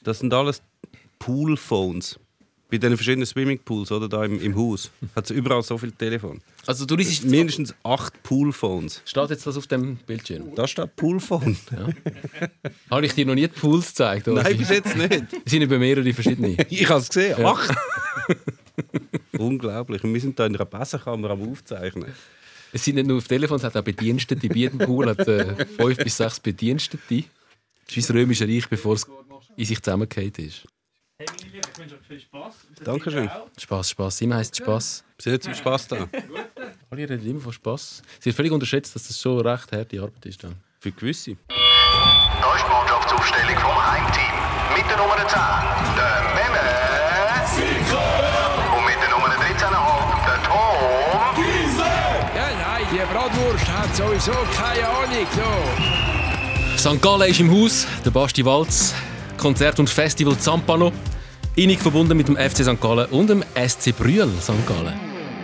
Das sind alles Poolphones. Bei den verschiedenen Swimmingpools oder da im Haus hat es überall so viele Telefone. Also du liest mindestens 8 Poolphones. Steht jetzt das auf dem Bildschirm? Da steht Poolphone. Ja. Habe ich dir noch nie die Pools gezeigt? Oder? Nein, bis jetzt nicht. Es sind über mehrere verschiedene. Ich habe es gesehen. Ja. 8! Unglaublich. Und wir sind da in einer Besenkammer am Aufzeichnen. Es sind nicht nur auf Telefon, es hat auch Bedienstete. Bei jedem Pool hat 5 bis 6 Bedienstete. Das ist das Römische Reich, bevor es in sich zusammengefallen ist. Hey, meine Liebe, ich wünsche euch viel Spass. Dankeschön. Spass. Immer heisst Spass. Wir sind zum Spass da. Alle reden immer von Spass. Sie hat völlig unterschätzt, dass das schon recht harte Arbeit ist. Dann. Für gewisse. Da ist die Mannschaftsaufstellung vom Heimteam. Mit der Nummer 10, der Memme. Und mit der Nummer 13,5, der Tom. Ja, nein, die Bratwurst hat sowieso keine Ahnung. So. St. Gallen ist im Haus, der Basti Walz, Konzert und Festival Zampano, innig verbunden mit dem FC St. Gallen und dem SC Brühl St. Gallen.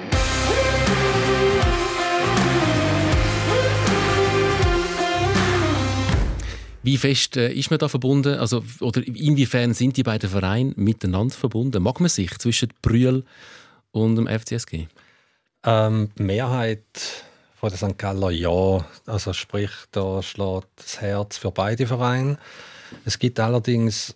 Wie fest ist man da verbunden? Also, oder inwiefern sind die beiden Vereine miteinander verbunden? Mag man sich zwischen Brühl und dem FCSG? Mehrheit von der St. Galler ja. Also sprich, da schlägt das Herz für beide Vereine. Es gibt allerdings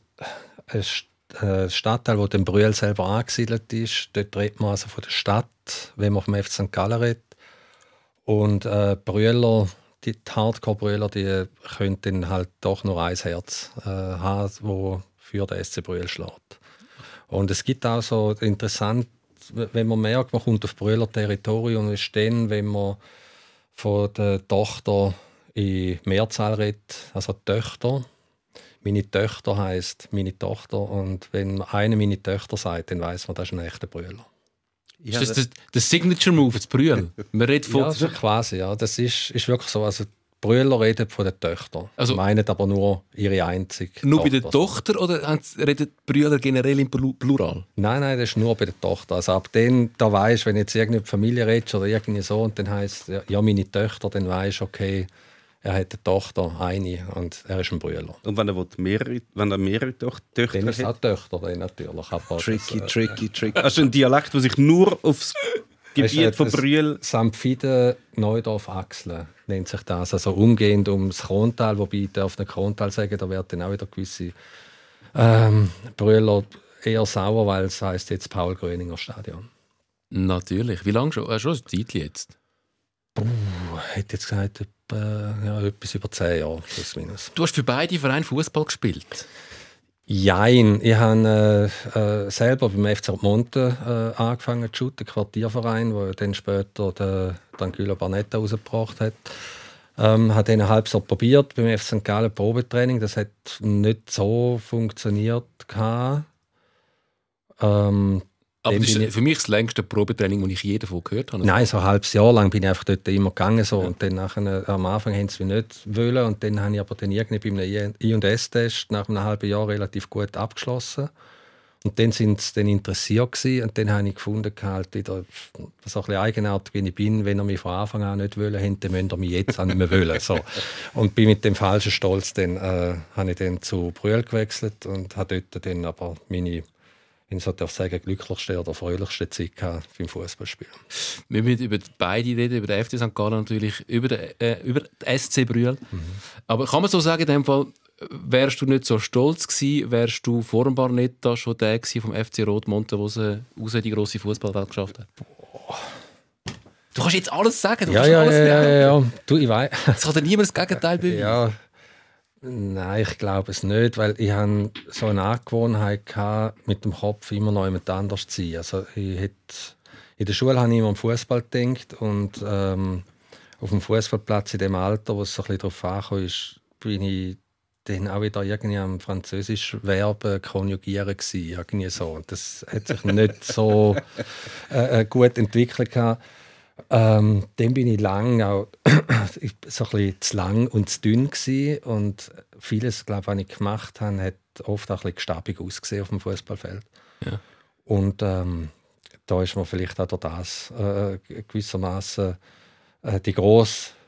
einen Stadtteil, wo der Brühl selber angesiedelt ist. Dort redet man also von der Stadt, wenn man vom FC St. Gallen redet. Und Brühler, die Hardcore-Brühler, die können dann halt doch nur ein Herz haben, das für den SC Brühl schlägt. Und es gibt auch so interessant, wenn man merkt, man kommt auf Brühler Territorium, ist dann, wenn man von der Tochter in Mehrzahl redet, also Töchter. Meine Töchter heisst meine Tochter, und wenn einer meine Töchter sagt, dann weiss man, das ist ein echter Brühler. Ist das der Signature-Move, das Brühl? Man redet von... Ja, das ist quasi, ja. Das ist wirklich so. Also, die Brühler reden von den Töchtern. Also, meinen aber nur ihre einzige nur Tochter. bei der Tochter oder reden die Brüder generell im Plural? Nein, das ist nur bei der Tochter. Also ab dann, da weisst, wenn jetzt irgendeine Familie redest oder irgendwie so, und dann heisst ja meine Töchter, dann weisst okay, er hat eine Tochter, eine, und er ist ein Brüder. Und wenn er mehrere Töchter Dann ist es hat? auch Töchter, dann natürlich. Aber Tricky. Hast du einen Dialekt, der sich nur aufs Gebiet von Brühl... Samtfide Neudorf-Achseln nennt sich das. Also umgehend ums Krontal, wobei ich darf nicht Krontal sagen, da werden dann auch wieder gewisse Brühler eher sauer, weil es heisst jetzt Paul-Gröninger Stadion. Natürlich. Wie lange schon? Schon ein Zeitchen jetzt? Ich hätte jetzt gesagt, etwas über 10 Jahre. Plus minus. Du hast für beide Vereine Fußball gespielt. Jein. Ich habe selber beim FC Monte angefangen zu shooten, Quartierverein, wo dann später der Tranquillo Barnetta rausgebracht hat. Habe dann ein halbes Jahr probiert beim FC St. Gallen Probetraining. Das hat nicht so funktioniert. Aber das ist für mich das längste Probetraining, das ich je davon gehört habe. Nein, so ein halbes Jahr lang bin ich einfach dort immer gegangen. So. Ja. Und dann nachher, am Anfang haben sie mich nicht wollen. Und dann habe ich aber dann irgendwie bei einem I&S-Test nach einem halben Jahr relativ gut abgeschlossen. Und dann sind sie dann interessiert gewesen. Und dann habe ich gefunden, halt wieder, so ein bisschen eigenartig wie ich bin, wenn ihr mich von Anfang an nicht wollen habt, dann müsst ihr mich jetzt auch nicht mehr wollen. So. Und bin mit dem falschen Stolz dann, habe ich dann zu Brühl gewechselt und habe dort dann aber meine, wenn ich so darf sagen, glücklichste oder fröhlichste Zeit beim Fußballspielen. Wir müssen über beide reden, über den FC St. Gallen natürlich, über den SC Brühl. Aber kann man so sagen, in dem Fall, wärst du nicht so stolz gewesen, wärst du vor dem Barnetta schon der vom FC Rotmonte, der raus in die grosse Fußballwelt geschafft hat? Boah. Du kannst jetzt alles sagen. Ja. Du, ich weiß. Es kann dir niemand das Gegenteil beweisen. Ja. Nein, ich glaube es nicht, weil ich hatte so eine Angewohnheit gehabt, mit dem Kopf immer noch jemand anders zu sein. Also in der Schule habe ich immer am Fußball gedacht und auf dem Fußballplatz in dem Alter, wo es so ein bisschen darauf angekommen ist, bin ich dann auch wieder irgendwie am französischen Verben konjugieren gewesen, irgendwie so. Und das hat sich nicht so gut entwickelt gehabt. Dann bin ich lang auch so ein bisschen zu lang und zu dünn gewesen. Und vieles, glaube ich, was ich gemacht habe, hat oft auch ein bisschen gestabig ausgesehen auf dem Fußballfeld. Ja. Und da ist mir vielleicht auch durch das gewissermaßen die grosse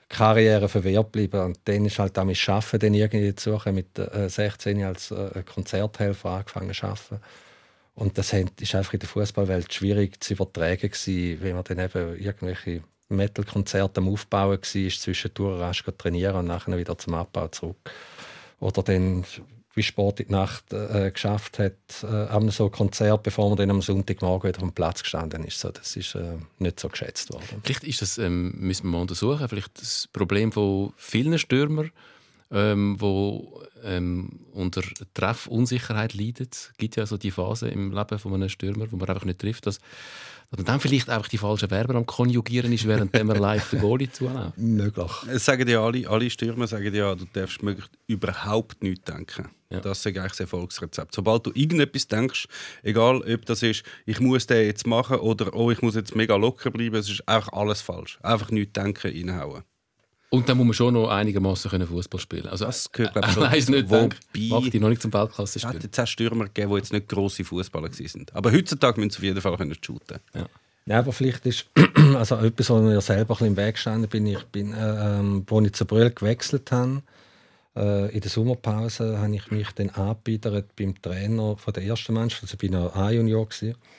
Karriere verwehrt geblieben. Und dann ist halt auch mit Arbeiten dann irgendwie zu suchen, mit 16 als Konzerthelfer angefangen zu arbeiten. Und das ist einfach in der Fußballwelt schwierig zu übertragen gewesen, wenn man dann eben irgendwelche Metal-Konzerte am Aufbauen war, zwischendurch rasch trainieren und nachher wieder zum Abbau zurück. Oder dann, wie Sport in die Nacht geschafft hat, an so einem Konzert, bevor man dann am Sonntagmorgen wieder am Platz gestanden ist. So, das ist nicht so geschätzt worden. Vielleicht ist das, müssen wir mal untersuchen, vielleicht das Problem von vielen Stürmern, wo unter Treffunsicherheit leiden. Es gibt ja so die Phase im Leben von einem Stürmer, wo man einfach nicht trifft, dass man dann vielleicht einfach die falschen Verben am Konjugieren ist, während man live den Goalie zuläuft. Möglich. Es sagen ja alle Stürmer sagen ja, du darfst möglichst überhaupt nichts denken. Ja. Das ist eigentlich das Erfolgsrezept. Sobald du irgendetwas denkst, egal ob das ist, ich muss den jetzt machen oder ich muss jetzt mega locker bleiben, es ist einfach alles falsch. Einfach nichts denken, reinhauen. Und dann muss man schon noch einigermaßen Fußball spielen. Also, das gehört, glaube ich, schon. Weiss nicht, macht die noch nicht zum Weltklasse Es spielen. hat jetzt auch Stürmer gegeben, die jetzt nicht grosse Fußballer waren. Aber heutzutage müssen sie auf jeden Fall shooten. Ja. Ja, aber vielleicht ist also etwas, wo mir selber ein bisschen im Weg gestanden bin. Als ich zu Brühl gewechselt habe, in der Sommerpause, habe ich mich dann angebiedert beim Trainer von der ersten Mannschaft. Also ich war noch A-Junior.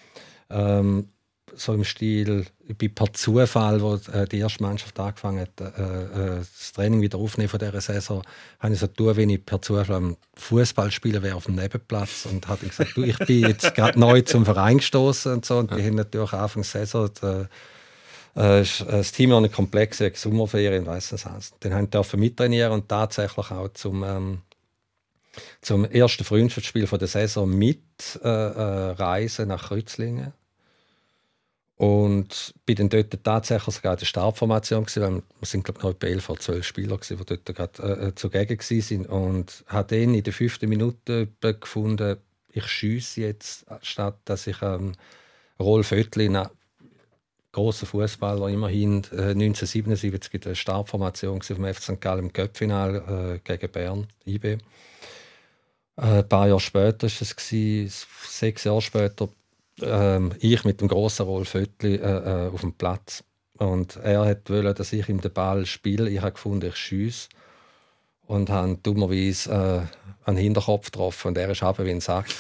So im Stil, ich bin per Zufall, wo die erste Mannschaft angefangen hat, das Training wieder aufnehmen von dieser Saison, habe ich so getan, wenn ich per Zufall am Fußball spielen wäre auf dem Nebenplatz und habe gesagt, du, ich bin jetzt gerade neu zum Verein gestoßen und so. Und die haben natürlich Anfang der Saison das Team noch nicht komplex wegen Sommerferien, weiss nicht was. Dann durfte ich mittrainieren und tatsächlich auch zum ersten Freundschaftsspiel der Saison mit reisen nach Kreuzlingen. Und bin dann dort tatsächlich sogar in der Startformation gewesen, weil wir sind glaube ich noch etwa 11 oder 12 Spieler gewesen, die dort gerade zugegen waren. Und habe dann in der 5. Minute gefunden, ich schiesse jetzt, statt dass ich Rolf Oettli, grosser Fußballer, immerhin 1977 in der Startformation vom FC St. Gallen im Cup-Final gegen Bern, IB. Ein paar Jahre später war es, 6 Jahre später, ich mit dem grossen Rolf Oettli auf dem Platz. Und er wollte, dass ich ihm den Ball spiele. Ich habe gefunden, ich schiesse. Und habe dummerweise einen Hinterkopf getroffen. Und er ist runter wie ein Sack.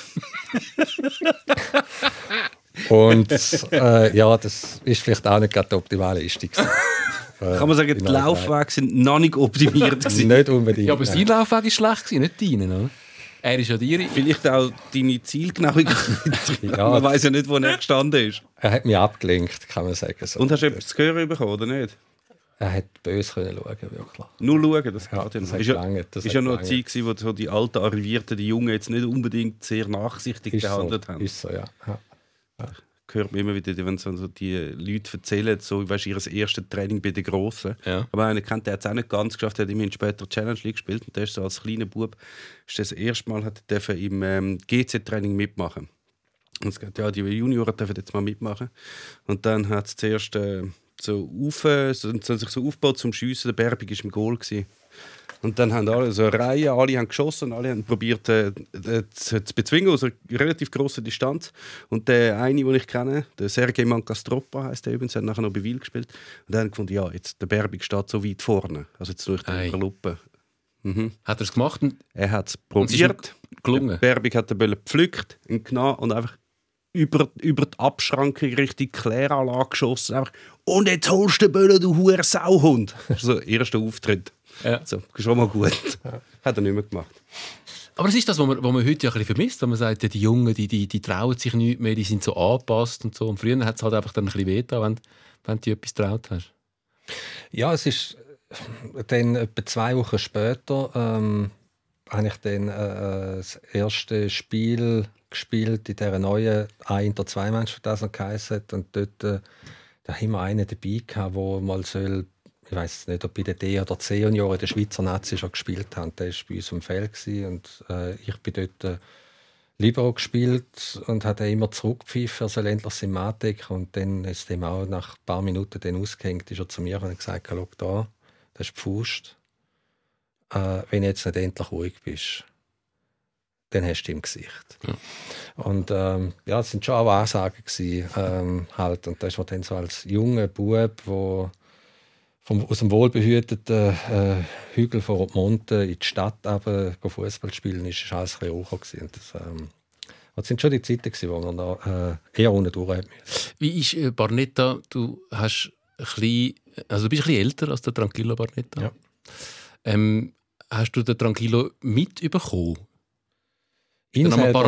Und ja, das ist vielleicht auch nicht gerade die optimale Leistung. Kann man sagen, die Laufwege sind noch nicht optimiert gewesen? Nicht unbedingt. Ja, aber sein Laufweg war schlecht, nicht deinen, oder? Er ist ja dir. Vielleicht auch deine Zielgenauigkeit. Ja, man weiß ja nicht, wo er gestanden ist. Er hat mich abgelenkt, kann man sagen. So. Und hast du etwas zu hören bekommen, oder nicht? Er hat böse schauen, wirklich. Nur schauen, das Ja, geht ja das noch. hat Ist ja, gelangt, das ist hat ja noch eine gelangt. Zeit, wo so die alten Arrivierten, die Jungen, jetzt nicht unbedingt sehr nachsichtig Ist gehandelt so, haben. ist so, ja. Hört man immer wieder, wenn so die Leute erzählen, so, weißt, ihr erstes Training bei den Grossen. Ja. Aber einer kennt, der hat es auch nicht ganz geschafft, der hat immerhin später Challenge League gespielt und der ist so als kleiner Bub, ist das erste Mal hat er im GC-Training mitmachen. Und es geht, ja, die Junioren dürfen jetzt mal mitmachen. Und dann hat es zuerst sich so aufgebaut zum Schiessen, der Berbig war im Goal gewesen. Und dann haben alle so eine Reihe, alle haben geschossen, alle haben probiert zu bezwingen aus einer relativ grossen Distanz. Und der eine, den ich kenne, der Sergej Mankastroppa heisst der übrigens, hat nachher noch bei Wil gespielt. Und dann haben gefunden, ja, jetzt der Berbig steht so weit vorne. Also jetzt durch die Lupe. Mhm. Hat er es gemacht? Er hat es Und es ist probiert. ihm gelungen? Der Berbig hat den Ball gepflückt, ihn genommen und einfach über die Abschrankung Richtung Kläranlage geschossen. Einfach, und jetzt holst du den Ball, du hure Sauhund. Das ist so der erste Auftritt. Ja. So, schon mal gut. Hat er nicht mehr gemacht. Aber es ist das, was man heute ja ein bisschen vermisst, wenn man sagt, ja, die Jungen, die trauen sich nicht mehr, die sind so angepasst und so. Und früher hat es halt einfach dann ein bisschen wehgetan, wenn du etwas getraut hast. Ja, es ist dann etwa 2 Wochen später habe ich dann das erste Spiel gespielt in dieser neuen 1- oder 2-Mannschaft, das noch geheißen hat. Und dort da haben wir einen dabei gehabt, der mal ich weiß nicht, ob bei den D- oder C-Junioren der Schweizer Nazi schon gespielt haben. Der war bei uns im Feld und ich bin dort Libero gespielt und hat immer zurückgepfiffen, er soll endlich sein Mann decken. Und dann ist ihm auch nach ein paar Minuten dann ausgehängt, ist er zu mir und hat gesagt, schau da, das ist die Faust. Wenn du jetzt nicht endlich ruhig bist, dann hast du im Gesicht. Ja. Und ja, das waren schon auch Ansagen gewesen, halt. Und da ist man dann so als junger Bub, der aus dem wohlbehüteten Hügel von Rottmonten in die Stadt Fußball spielen, ist alles ein bisschen hoch. Das sind schon die Zeiten, wo man da eher unten durch hat. Wie ist Barnetta? Du hast du bist ein bisschen älter als der Tranquillo Barnetta. Ja. Hast du den Tranquillo mitbekommen? Ihn selber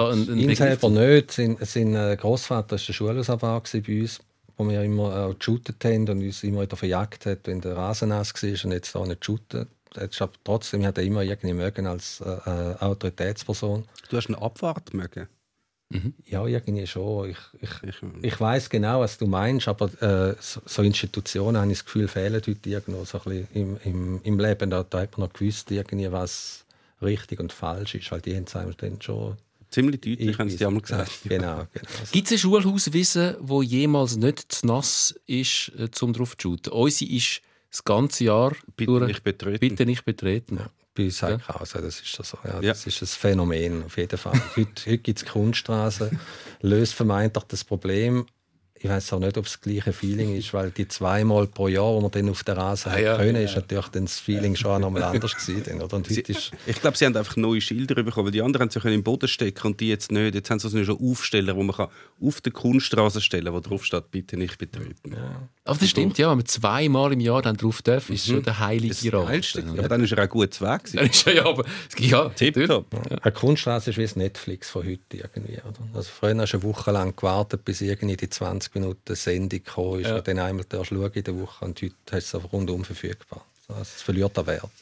nicht. Sein Grossvater war der Schulausabauer bei uns, wo wir immer auch geshootet haben und uns immer wieder verjagt hat, wenn der Rasen nass war und jetzt da nicht shooten. Trotzdem hat er immer irgendwie mögen als Autoritätsperson. Du hast einen Abwart mögen? Mhm. Ja, irgendwie schon. Ich weiss genau, was du meinst, aber so Institutionen, habe ich das Gefühl, fehlen heute irgendwo so ein bisschen im Leben. Da hat man noch gewusst, irgendwie, was richtig und falsch ist. Weil die haben es dann schon ziemlich deutlich, haben sie einmal gesagt. Genau. Gibt es ein Schulhauswissen, das jemals nicht zu nass ist, um drauf zu shooten? Unsere ist das ganze Jahr bitte nicht betreten. Ja. Bei uns auch. Also das ist so. Ja, das ist ein Phänomen auf jeden Fall. Heute gibt es Kunststraßen, löst vermeintlich das Problem. Ich weiß auch nicht, ob es das gleiche Feeling ist, weil die 2-mal pro Jahr, wo man dann auf der Rasen können, ist natürlich dann das Feeling schon nochmal anders gewesen. Oder? Und heute ich glaube, sie haben einfach neue Schilder bekommen, weil die anderen haben sie im Boden stecken und die jetzt nicht. Jetzt haben sie schon Aufsteller, wo man auf der Kunststraße stellen kann, wo drauf steht, bitte nicht betreten. Ja. Aber das stimmt, ja, wenn man 2-mal im Jahr dann drauf darf, ist schon der heilige Rat. Aber dann ist er auch gut zu Weg. Dann ist er tipptopp. Eine Kunststraße ist wie das Netflix von heute irgendwie. Oder? Also früher hast du eine Woche lang gewartet, bis irgendwie die 20 Minuten Sendung gekommen ist, und dann einmal schauen in der Woche und heute hast du es rundum verfügbar. Es verliert den Wert.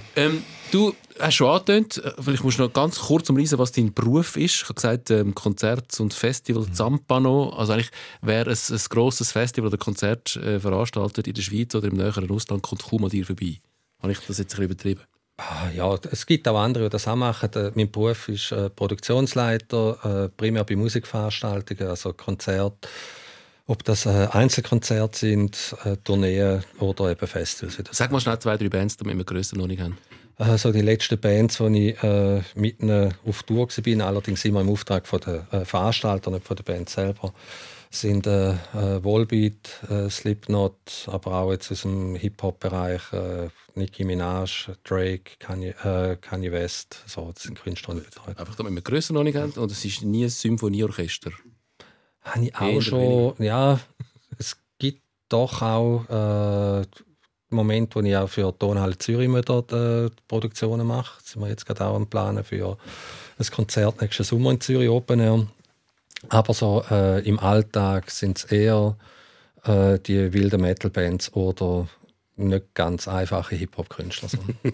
Du hast schon angetönt, vielleicht musst du noch ganz kurz umreißen, was dein Beruf ist. Ich habe gesagt, Konzert- und Festival Zampano. Also eigentlich, wer ein grosses Festival oder Konzert veranstaltet in der Schweiz oder im näheren Ausland, kommt kaum an dir vorbei. Habe ich das jetzt ein bisschen übertrieben? Ja, es gibt auch andere, die das auch machen. Mein Beruf ist Produktionsleiter, primär bei Musikveranstaltungen, also Konzerte. Ob das Einzelkonzerte sind, Tourneen oder eben Festivals. Sag mal schnell 2-3 Bands, damit wir grösser noch nicht haben. Also die letzten Bands, die ich mit ihnen auf Tour war, allerdings immer im Auftrag von der Veranstalter, nicht von der Band selber, sind Volbeat, Slipknot, aber auch jetzt aus dem Hip-Hop-Bereich Nicki Minaj, Drake, Kanye West. So, das sind Künstler, die betreut. Einfach damit wir grösser noch nicht haben und es ist nie ein Symphonieorchester. Habe ich auch schon. Ja, es gibt doch auch Momente, wo ich auch für Tonhalle Zürich die Produktionen mache. Da sind wir jetzt gerade auch am Planen für ein Konzert nächsten Sommer in Zürich Open Air. Aber so im Alltag sind es eher die wilden Metal-Bands oder nicht ganz einfache Hip-Hop-Künstler.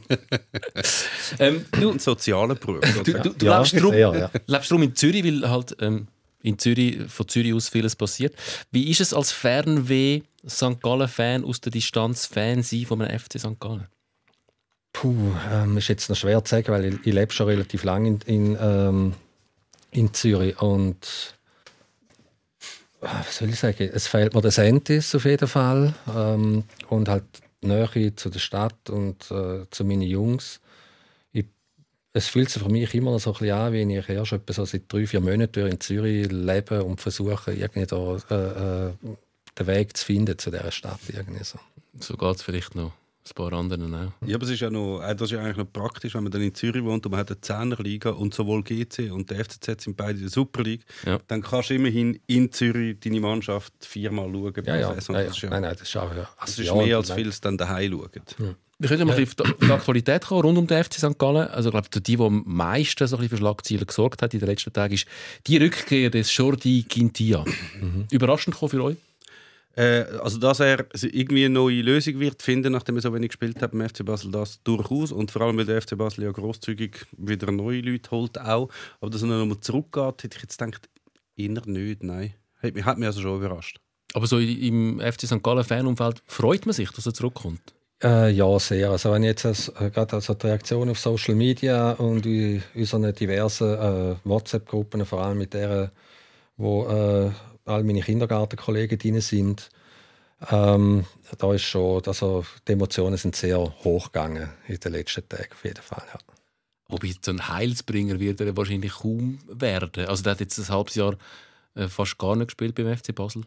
Du ein sozialer Beruf. Du lebst darum in Zürich, weil halt in Zürich, von Zürich aus vieles passiert. Wie ist es als Fernweh St. Gallen-Fan aus der Distanz Fan sein von einem FC St. Gallen? Ist jetzt noch schwer zu sagen, weil ich lebe schon relativ lange in Zürich und was soll ich sagen? Es fehlt mir der Sentis auf jeden Fall und halt die Nähe zu der Stadt und zu meinen Jungs. Es fühlt sich für mich immer noch so ein bisschen an, wie ich erst etwa so seit 3-4 Monaten in Zürich lebe und versuche, irgendwie da, den Weg zu finden zu dieser Stadt. Irgendwie So geht es vielleicht noch ein paar anderen auch. Ja, aber es ist ja noch, das ist ja eigentlich noch praktisch, wenn man dann in Zürich wohnt und man hat eine 10er-Liga und sowohl GC und der FCZ sind beide in der Super League. Ja. Dann kannst du immerhin in Zürich deine Mannschaft 4-mal schauen. Das ist auch, das ist mehr als viele dann daheim schauen. Ja. Wir können mal auf die Aktualität kommen, rund um den FC St. Gallen. Also, ich glaube, die am meisten so ein bisschen für Schlagzeilen gesorgt hat in den letzten Tagen, ist die Rückkehr des Jordi Quintia. Überraschend für euch? Also, dass er irgendwie eine neue Lösung wird finden, nachdem er so wenig gespielt hat beim FC Basel, das durchaus. Und vor allem, weil der FC Basel ja grosszügig wieder neue Leute holt auch. Aber dass er nochmal zurückgeht, hätte ich jetzt gedacht, eher nicht, nein. Hat mich also schon überrascht. Aber so im FC St. Gallen Fanumfeld freut man sich, dass er zurückkommt? Ja, sehr. Also wenn ich jetzt gerade die Reaktion auf Social Media und in unseren diversen WhatsApp-Gruppen, vor allem mit deren, wo all meine Kindergartenkollegen drin sind, da ist schon, also die Emotionen sind sehr hoch gegangen in den letzten Tagen auf jeden Fall. Ja. Wobei so ein Heilsbringer wird er wahrscheinlich kaum werden. Also der hat jetzt ein halbes Jahr fast gar nicht gespielt beim FC Basel.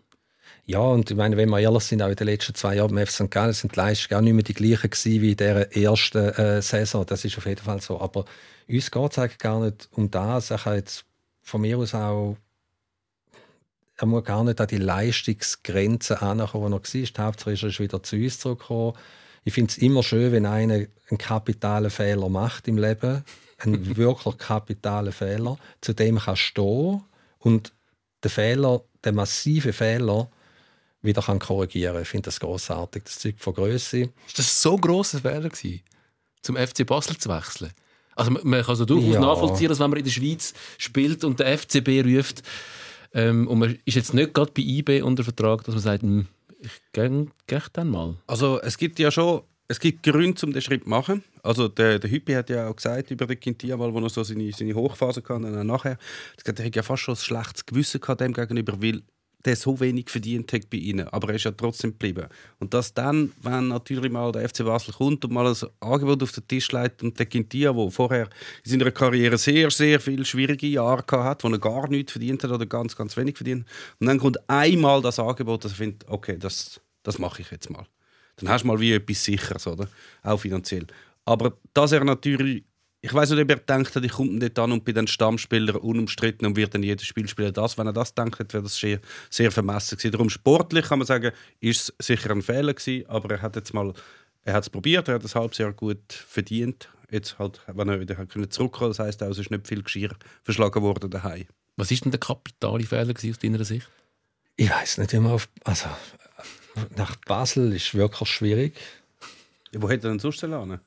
Ja, und ich meine, wenn wir ehrlich sind, auch in den letzten 2 Jahren beim FC St. Gallen sind die Leistungen auch nicht mehr die gleichen gewesen wie in dieser ersten Saison. Das ist auf jeden Fall so. Aber uns geht es eigentlich gar nicht um das. Ich habe jetzt von mir aus auch, er muss gar nicht an die Leistungsgrenze ankommen, die er war. Die Hauptsache ist, er ist wieder zu uns zurückgekommen. Ich finde es immer schön, wenn einer einen kapitalen Fehler macht im Leben. Einen wirklich kapitalen Fehler. Zu dem kann stehen und den massiven Fehler wieder korrigieren kann. Ich finde das grossartig. Das Zeug von Grösse. Ist das so ein grosser Fehler gewesen, zum FC Basel zu wechseln? Also man kann also durchaus nachvollziehen, dass wenn man in der Schweiz spielt und der FCB ruft, und man ist jetzt nicht gerade bei IB unter Vertrag, dass man sagt, ich gehe dann mal. Also es gibt ja schon Gründe, um den Schritt zu machen. Also der Hüppi hat ja auch gesagt über den Quintilla, wo er so seine Hochphase hatte und dann nachher, er hat ja fast schon ein schlechtes Gewissen gehabt dem gegenüber, weil der so wenig verdient hat bei ihnen, aber er ist ja trotzdem geblieben. Und dass dann, wenn natürlich mal der FC Basel kommt und mal ein Angebot auf den Tisch legt und der Quintilla, der vorher in seiner Karriere sehr, sehr viele schwierige Jahre hat, wo er gar nichts verdient hat oder ganz, ganz wenig verdient, und dann kommt einmal das Angebot, dass er findet, okay, das mache ich jetzt mal. Dann hast du mal wie etwas Sicheres, oder? Auch finanziell. Aber dass er natürlich, ich weiss nicht, ob er denkt, ich komme dort an und bei den Stammspielern unumstritten und wird dann jedes Spiel spielen. Wenn er das denkt, wäre das sehr, sehr vermessen gewesen. Darum sportlich kann man sagen, ist es sicher ein Fehler gewesen, aber er hat es probiert, er hat ein halbes Jahr gut verdient. Jetzt halt, wenn er wieder zurückkommen kann, das heisst auch, es ist nicht viel Geschirr verschlagen worden daheim. Was ist denn der kapitale Fehler gewesen aus deiner Sicht? Ich weiss nicht immer. Nach Basel ist wirklich schwierig. Ja, wo hätte er denn sonst hin?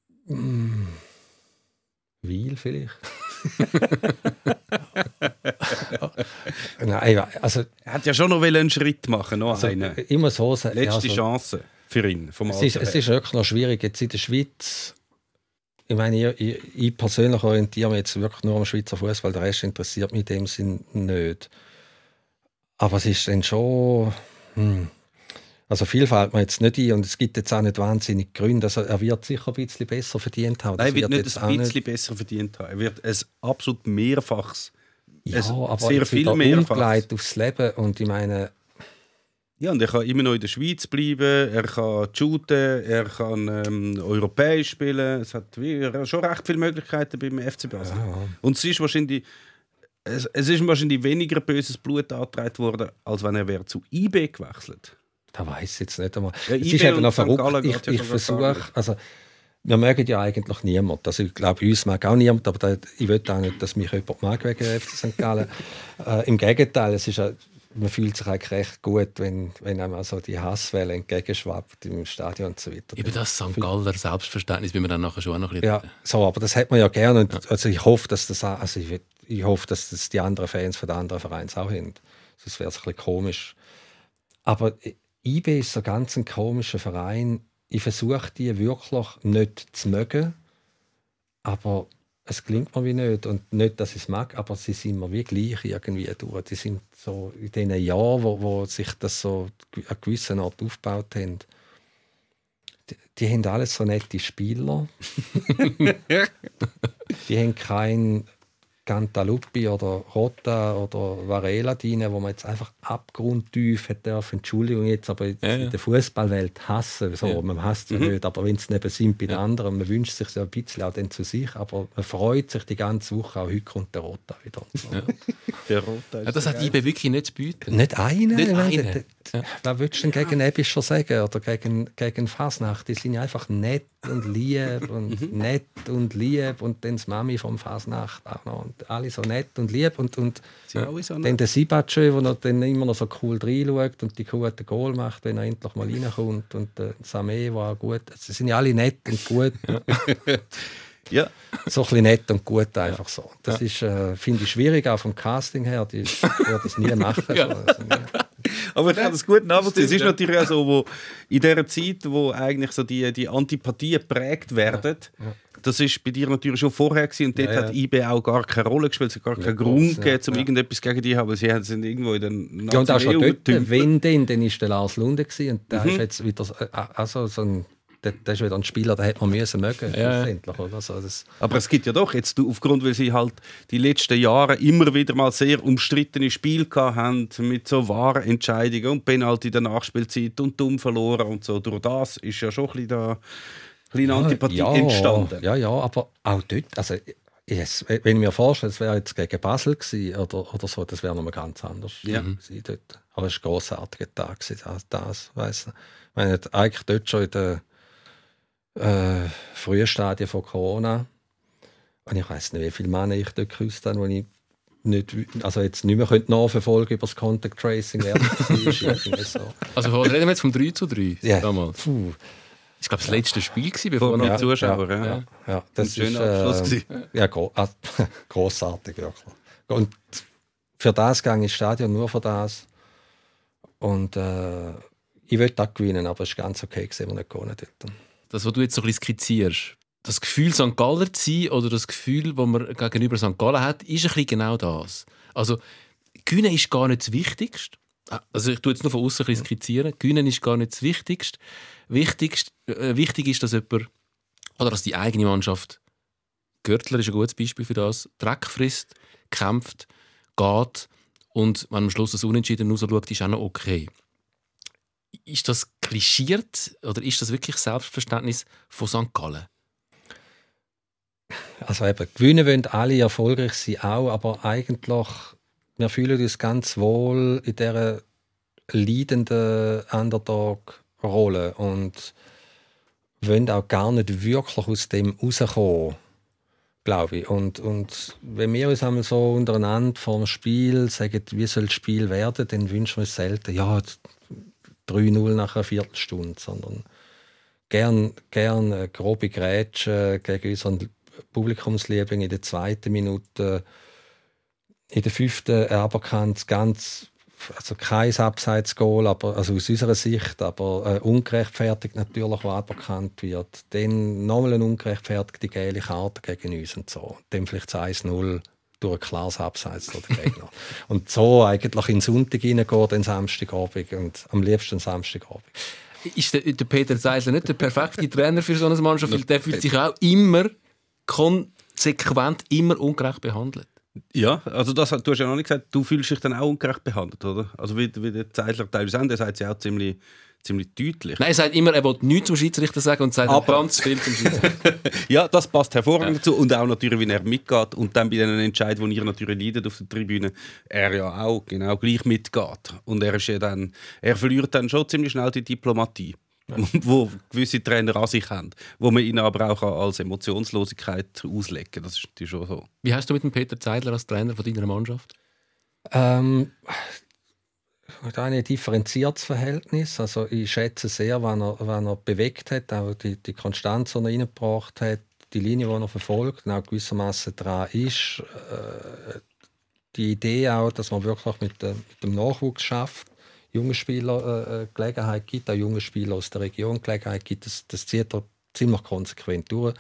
Weil vielleicht. Nein, also, er hat ja schon noch einen Schritt machen, noch einen. Immer so sagen. Letzte Chance für ihn. Es ist wirklich noch schwierig jetzt in der Schweiz. Ich meine, ich persönlich orientiere mich jetzt wirklich nur am Schweizer Fußball. Der Rest interessiert mich in dem Sinn nicht. Aber es ist dann schon. Also viel fällt mir jetzt nicht ein und es gibt jetzt auch nicht wahnsinnig Gründe. Also er wird sicher ein bisschen besser verdient haben. Nein, er wird nicht ein bisschen besser verdient haben. Er wird ein absolut Mehrfaches. Aber sehr viel Mehrfaches. Umgelegt aufs Leben und ich meine... Ja, und er kann immer noch in der Schweiz bleiben, er kann shooten, er kann europäisch spielen. Er hat schon recht viele Möglichkeiten beim FC Basel. Ja. Und es ist wahrscheinlich weniger böses Blut angetragen worden, als wenn er zu IB gewechselt. Das weiss ich jetzt nicht einmal. Ja, es ist eben noch verrückt. Ich versuche, also wir mögen ja eigentlich niemand. Also ich glaube, uns mag auch niemand, aber ich will auch nicht, dass mich jemand mag wegen FC St. Gallen. Im Gegenteil, es ist man fühlt sich eigentlich recht gut, wenn einem so die Hasswelle entgegenschwappt im Stadion und so weiter. Über das St. Galler Selbstverständnis, wie wir dann nachher schon noch ein bisschen reden. Ja, so, aber das hat man ja gerne. Und, also ich hoffe, dass das die anderen Fans von den anderen Vereinen auch haben. Sonst wäre es ein bisschen komisch. Aber IB ist so ganz ein komischer Verein. Ich versuche, die wirklich nicht zu mögen, aber es gelingt mir wie nicht. Und nicht, dass ich es mag, aber sie sind mir wie gleich irgendwie durch. Die sind so in diesen Jahren, wo sich das so an gewissen Art aufgebaut haben. Die haben alles so nette Spieler. Die haben keinen Cantaluppi oder Rota oder Varela drin, wo man jetzt einfach abgrundtief darf, Entschuldigung jetzt, aber in der Fußballwelt hassen. So, man hasst sie nicht, aber wenn es neben sind bei den anderen, man wünscht sich so ein bisschen auch dann zu sich, aber man freut sich die ganze Woche, auch heute kommt der Rota wieder. So. Der Rota ist das hat IB wirklich nicht zu bieten. Nicht einen. Was würdest du denn gegen Ebischer sagen oder gegen Fasnacht? Die sind ja einfach nett und lieb und nett und lieb und dann die Mami vom Fasnacht auch noch. Und alle so nett und lieb und dann der Sibatschö, der dann immer noch so cool reinschaut und die guten Goal macht, wenn er endlich mal reinkommt und der Samé war gut. Sie sind ja alle nett und gut. Ja. So ein bisschen nett und gut einfach so. Das ist, finde ich, schwierig, auch vom Casting her. Ich würde das nie machen. So. Also, aber ich kann das gut nachvollziehen. Es ist natürlich auch so, wo in dieser Zeit, wo eigentlich so die Antipathien geprägt werden, das ist bei dir natürlich schon vorher gewesen, und dort hat IB auch gar keine Rolle gespielt, es hat gar keinen Grund gegeben, um irgendetwas gegen dich zu haben. Sie sind irgendwo in den und auch schon dort, wenn dann ist der Lars Lunde gewesen, und der ist jetzt wieder also so ein das ist wieder ein Spieler, den hätte man mögen Ja. oder? Also das, Aber es gibt ja doch jetzt, aufgrund, weil sie halt die letzten Jahre immer wieder mal sehr umstrittene Spiele gehabt haben, mit so wahren Entscheidungen und Penalty in der Nachspielzeit und dumm verloren und so. Durch das ist ja schon ein bisschen da eine Antipathie entstanden. Ja, aber auch dort, also wenn ich mir vorstelle, es wäre jetzt gegen Basel gewesen oder so, das wäre nochmal ganz anders gewesen dort. Aber es war ein grossartiger Tag, das weiss ich. Ich meine, eigentlich dort schon in den frühen Stadien von Corona, und ich weiss nicht, wie viele Männer ich dort geküsst habe, die ich jetzt nicht mehr nachverfolgen über das Contact Tracing. So. Also reden wir jetzt vom 3:3 Ja. damals. Puh. Ich glaube, das letzte Spiel gewesen, bevor Vor noch den Zuschauern. Ja, Ein das schöner Abschluss gewesen. ja, grossartig, wirklich. Und für das gehe ich ins Stadion, nur für das. Und ich wollte auch gewinnen, aber es war ganz okay, dass wir nicht gewonnen dort. Das, was du jetzt so ein bisschen skizzierst, das Gefühl, St. Galler zu sein oder das Gefühl, das man gegenüber St. Gallen hat, ist ein bisschen genau das. Also, gewinnen ist gar nicht das Wichtigste. Also ich tue jetzt nur von außen ein bisschen skizzieren. Gewinnen ist gar nicht das Wichtigste. Wichtig ist, dass jemand, oder dass die eigene Mannschaft, Görtler ist ein gutes Beispiel für das, Dreck frisst, kämpft, geht und wenn am Schluss das Unentschieden rausschaut, ist auch noch okay. Ist das klischiert oder ist das wirklich Selbstverständnis von St. Gallen? Also eben, gewinnen wollen alle, erfolgreich sein auch, aber eigentlich, wir fühlen uns ganz wohl in dieser leidenden Underdog-Rolle und wollen auch gar nicht wirklich aus dem rauskommen, glaube ich. Und wenn wir uns einmal so untereinander vor dem Spiel sagen, wie soll das Spiel werden, dann wünschen wir uns selten, 3-0 nach einer Viertelstunde, sondern gern eine grobe Grätsche gegen unseren Publikumsliebling in der 2. Minute. In der 5. aberkannt also kein Abseits-Goal, aber also aus unserer Sicht, aber ungerechtfertigt natürlich, was aberkannt wird. Dann nochmal eine ungerechtfertigte gelbe Karte gegen uns und so. Dann vielleicht 1-0 durch ein klares Abseits der Gegner. Und so eigentlich in den Sonntag hineingehen, den Samstagabend und am liebsten Samstagabend. Ist der Peter Zeisler nicht der perfekte Trainer für so eine Mannschaft? Weil der fühlt sich auch immer konsequent, immer ungerecht behandelt. Ja, also du hast ja noch nicht gesagt, du fühlst dich dann auch ungerecht behandelt, oder? Also wie der Zeidler teilweise an, der sagt es ja auch ziemlich deutlich. Nein, er sagt immer, er will nichts zum Schiedsrichter sagen und sagt ganz viel zum Schiedsrichter. Ja, das passt hervorragend dazu. Und auch natürlich, wie er mitgeht. Und dann bei den Entscheidungen, die ihr natürlich leidet auf der Tribüne, er ja auch genau gleich mitgeht. Und er verliert dann schon ziemlich schnell die Diplomatie. Ja. Wo gewisse Trainer an sich haben, wo man ihn aber auch als Emotionslosigkeit auslegen kann. Das ist schon so. Wie hast du mit dem Peter Zeidler als Trainer von deiner Mannschaft? Ein differenziertes Verhältnis. Also ich schätze sehr, wenn er bewegt hat, auch die Konstanz, die er reingebracht hat, die Linie, die er verfolgt und auch gewissermaßen dran ist. Die Idee auch, dass man wirklich mit dem Nachwuchs schafft, junge Spieler Gelegenheit gibt, auch junge Spieler aus der Region Gelegenheit gibt, das zieht er ziemlich konsequent durch.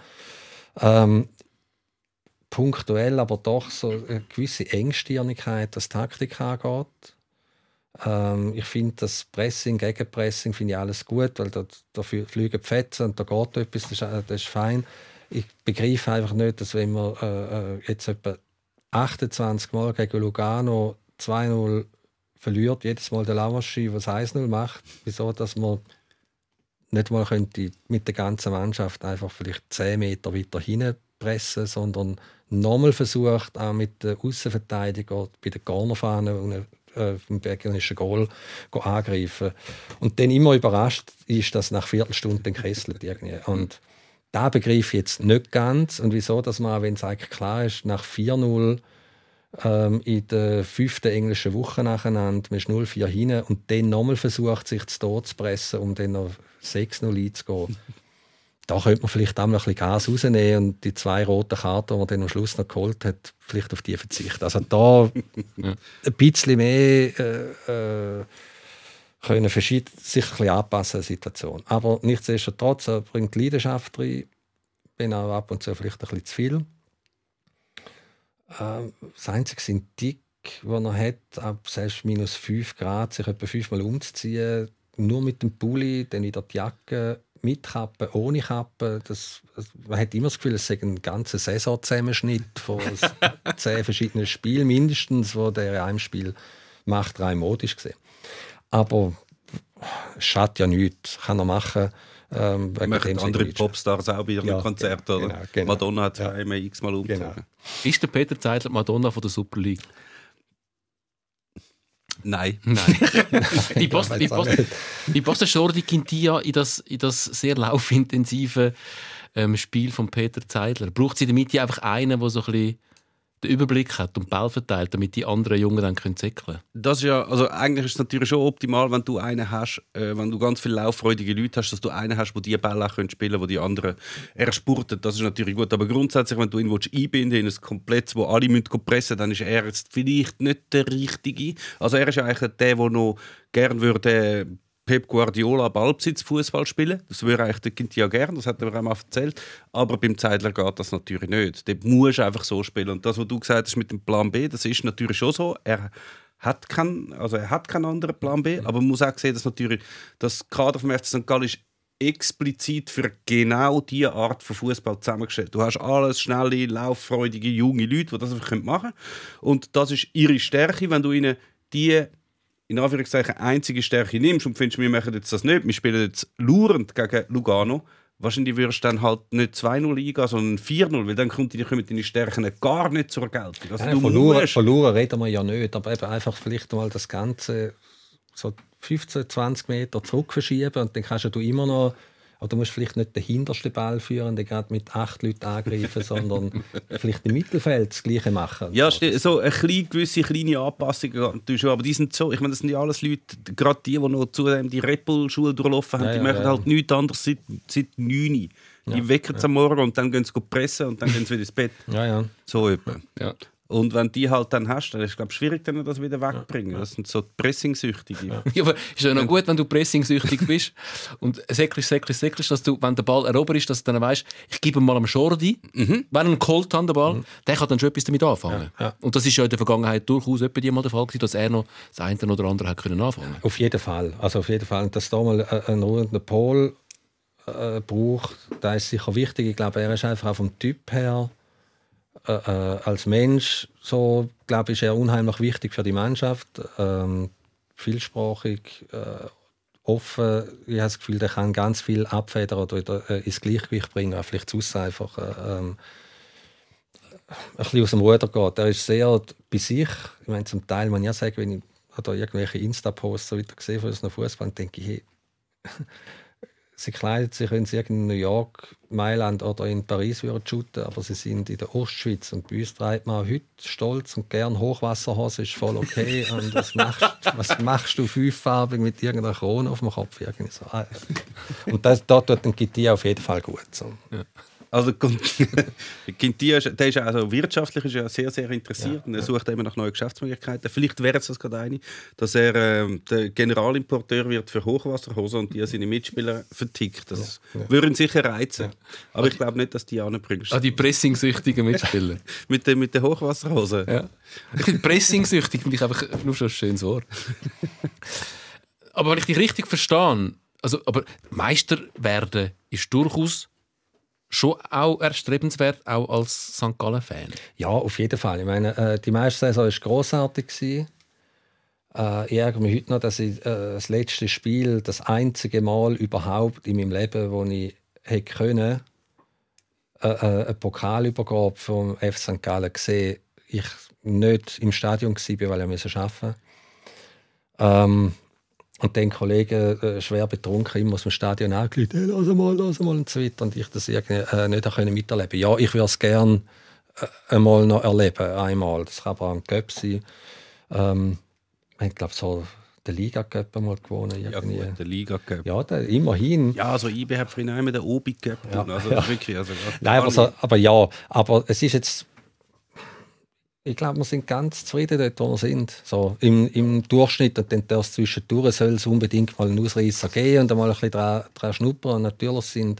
Punktuell aber doch so eine gewisse Engstirnigkeit, was Taktik angeht. Ich finde das Pressing, Gegenpressing, finde ich alles gut, weil da fliegen die Fetzen und da geht etwas, das ist fein. Ich begreife einfach nicht, dass wenn man jetzt etwa 28 Mal gegen Lugano 2-0 verliert, jedes Mal der Lamaschi, was 1-0 macht, wieso, dass man nicht mal könnte mit der ganzen Mannschaft einfach vielleicht 10 Meter weiter hineinpressen, sondern nochmal versucht, auch mit den Aussenverteidigern bei der Cornerfahne und im gegnerischen Goal angreifen. Und dann immer überrascht ist, dass nach Viertelstunde gekesselt irgendwie. Und da begreife ich jetzt nicht ganz. Und wieso, dass man, wenn es eigentlich klar ist, nach 4-0 in der 5. englischen Woche nacheinander, man ist 0-4 hin und dann nochmal versucht, sich zu Tod zu pressen, um dann noch 6-0 einzugehen. Da könnte man vielleicht auch noch ein bisschen Gas rausnehmen und die 2 roten Karten, die man dann am Schluss noch geholt hat, vielleicht auf die verzichten. Also da ein bisschen mehr können sich ein bisschen anpassen an die Situation. Aber nichtsdestotrotz bringt Leidenschaft rein. Bin auch ab und zu vielleicht ein bisschen zu viel. Das Einzige sind Tick, die er hat, ab selbst minus 5 Grad, sich etwa 5-mal umzuziehen, nur mit dem Pulli, dann wieder die Jacke, mit Kappe, ohne Kappe. Man hat immer das Gefühl, es sei ein ganzer Saisonzusammenschnitt von 10 verschiedenen Spielen mindestens, wo der in einem Spiel macht, 3 modisch gesehen. Aber es schadet ja nichts, kann er machen. Machen andere Popstars auch bei ihren Konzerten, oder? Genau. Madonna hat es einmal x-mal umgezogen. Genau. Ist der Peter Zeidler Madonna von der Super League? Nein. Die passt schon die Quintilla in das sehr laufintensive Spiel von Peter Zeidler. Braucht sie damit einfach einen, der so ein bisschen den Überblick hat und Ball verteilt, damit die anderen Jungen dann säckeln können? Das ist ja, also eigentlich ist es natürlich schon optimal, wenn du einen hast, wenn du ganz viele lauffreudige Leute hast, dass du einen hast, der die Bälle auch spielen können, wo die anderen erspurten. Das ist natürlich gut. Aber grundsätzlich, wenn du ihn einbinden in ein Komplettes, wo alle pressen, dann ist er jetzt vielleicht nicht der Richtige. Also er ist eigentlich der, der noch gerne würde Pep Guardiola Ballbesitz-Fußball spielen. Das würde eigentlich der Quintilla gerne, das hat er mir auch mal erzählt. Aber beim Zeidler geht das natürlich nicht. Dort musst du einfach so spielen. Und das, was du gesagt hast mit dem Plan B, das ist natürlich schon so. Er hat keinen anderen Plan B, aber man muss auch sehen, dass natürlich das Kader vom FC St. Gallen ist explizit für genau diese Art von Fußball zusammengestellt. Du hast alles schnelle, lauffreudige, junge Leute, die das einfach machen können. Und das ist ihre Stärke, wenn du ihnen die in Anführungszeichen einzige Stärke nimmst und findest, wir machen jetzt das nicht, wir spielen jetzt laurend gegen Lugano, wahrscheinlich würdest du dann halt nicht 2-0 eingehen, sondern 4-0, weil dann kommen deine Stärken gar nicht zur Geltung. Also verloren reden wir ja nicht, aber eben einfach vielleicht mal das Ganze so 15, 20 Meter zurück verschieben und dann kannst du immer noch, oder du musst vielleicht nicht den hintersten Ball führen, den gerade mit 8 Leuten angreifen, sondern vielleicht im Mittelfeld das Gleiche machen. Ja, so eine gewisse kleine Anpassung, aber die sind so, ich meine, das sind ja alles Leute, gerade die noch zudem die Red Bull-Schule durchlaufen haben, die machen halt nichts anderes seit 9 Uhr. Die wecken am Morgen und dann gehen sie pressen und dann gehen sie wieder ins Bett. So etwa. Ja. Und wenn die halt dann hast, dann ist es schwierig, dann das wieder wegzubringen. Das sind so die Pressingsüchtigen. Ja, aber ist ja noch gut, wenn du pressingsüchtig bist und säckelst, dass du, wenn der Ball erobert ist, dass du dann weißt, ich gebe ihm mal am Schordi, wenn er einen geholt hat, den Ball, der kann dann schon etwas damit anfangen. Ja. Und das ist ja in der Vergangenheit durchaus mal der Fall gewesen, dass er noch das eine oder andere hat können anfangen. Auf jeden Fall. Also auf jeden Fall. Dass da mal einen runden Pol braucht, das ist sicher wichtig. Ich glaube, er ist einfach auch vom Typ her als Mensch, so, glaube ich, ist er unheimlich wichtig für die Mannschaft. Vielsprachig, offen. Ich habe das Gefühl, der kann ganz viel abfedern oder wieder ins Gleichgewicht bringen. Vielleicht zu Hause einfach ein bisschen aus dem Ruder geht. Er ist sehr bei sich. Ich meine, zum Teil, man ja sagen, wenn ich oder irgendwelche Insta-Posts so wieder sehe von unseren Fußball, denke ich, hey, sie kleiden sich, wenn sie in New York, Mailand oder in Paris shooten, aber sie sind in der Ostschweiz. Und bei uns trägt man heute stolz und gern Hochwasserhose, ist voll okay. Und was machst du fünffarbig mit irgendeiner Krone auf dem Kopf? Irgendwie so. Und da tut ein Quintilla auf jeden Fall gut. So. Ja. Also Quintilla, der ist also wirtschaftlich ist ja sehr, sehr interessiert und er sucht immer nach neuen Geschäftsmöglichkeiten. Vielleicht wäre es das gerade eine, dass er der Generalimporteur wird für Hochwasserhosen und die seine Mitspieler vertickt. Das würde ihn sicher reizen. Aber ich glaube nicht, dass die anbringst. Die pressingsüchtigen Mitspieler. mit den Hochwasserhosen. Ja. Ich finde pressingsüchtig finde ich einfach nur schon ein schönes Wort. Aber wenn ich dich richtig verstehe, aber Meister werden ist durchaus schon auch erstrebenswert, auch als St. Gallen-Fan? Ja, auf jeden Fall. Ich meine, die Meistersaison war grossartig. Ich ärgere mich heute noch, dass ich das letzte Spiel, das einzige Mal überhaupt in meinem Leben, wo ich hätte können, eine Pokalübergabe vom FC St. Gallen gesehen, ich nicht im Stadion war, weil ich arbeiten musste. Und dann Kollegen schwer betrunken immer aus dem Stadion angerufen, hey, lass mal und so weiter. Und ich das irgendwie nicht miterleben. Ja, ich würde es gerne einmal noch erleben. Einmal. Das kann aber ein Cup sein. Ich glaube, so den Liga-Cup mal gewonnen. Ja gut, der Liga-Cup. Ja, immerhin. Ja, also IB hat vorhin einmal den Obi-Cup gewonnen. Ja, also wirklich. Also, nein, aber es ist jetzt... Ich glaube, wir sind ganz zufrieden dort, wo wir sind. So, im Durchschnitt. Und dann das zwischendurch soll es unbedingt mal einen Ausreißer geben und einmal ein bisschen dran schnuppern. Und natürlich sind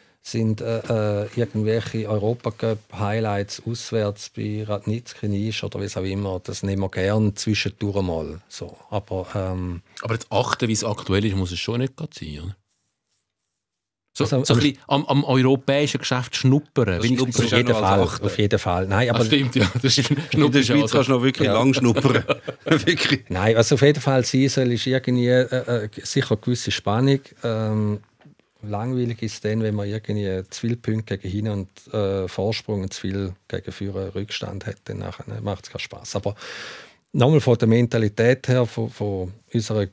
irgendwelche Europacup-Highlights auswärts bei Radnitzki, Nisch oder was auch immer. Das nehmen wir gerne zwischendurch mal. So, aber jetzt achten, wie es aktuell ist, muss es schon nicht sein, oder? So ein bisschen am europäischen Geschäft schnuppern. Schnuppern ist auch noch als Achter. Auf jeden Fall. Nein, aber stimmt, ja. Das ist In der Schweiz kannst du noch wirklich lang schnuppern. Wirklich. Nein, was auf jeden Fall sein soll, ist irgendwie sicher eine gewisse Spannung. Langweilig ist es dann, wenn man irgendwie zu viele Punkte gegen hin und Vorsprung und zu viel gegen Führer Rückstand hat, dann macht es keinen Spass. Aber nochmal von der Mentalität her, von unserer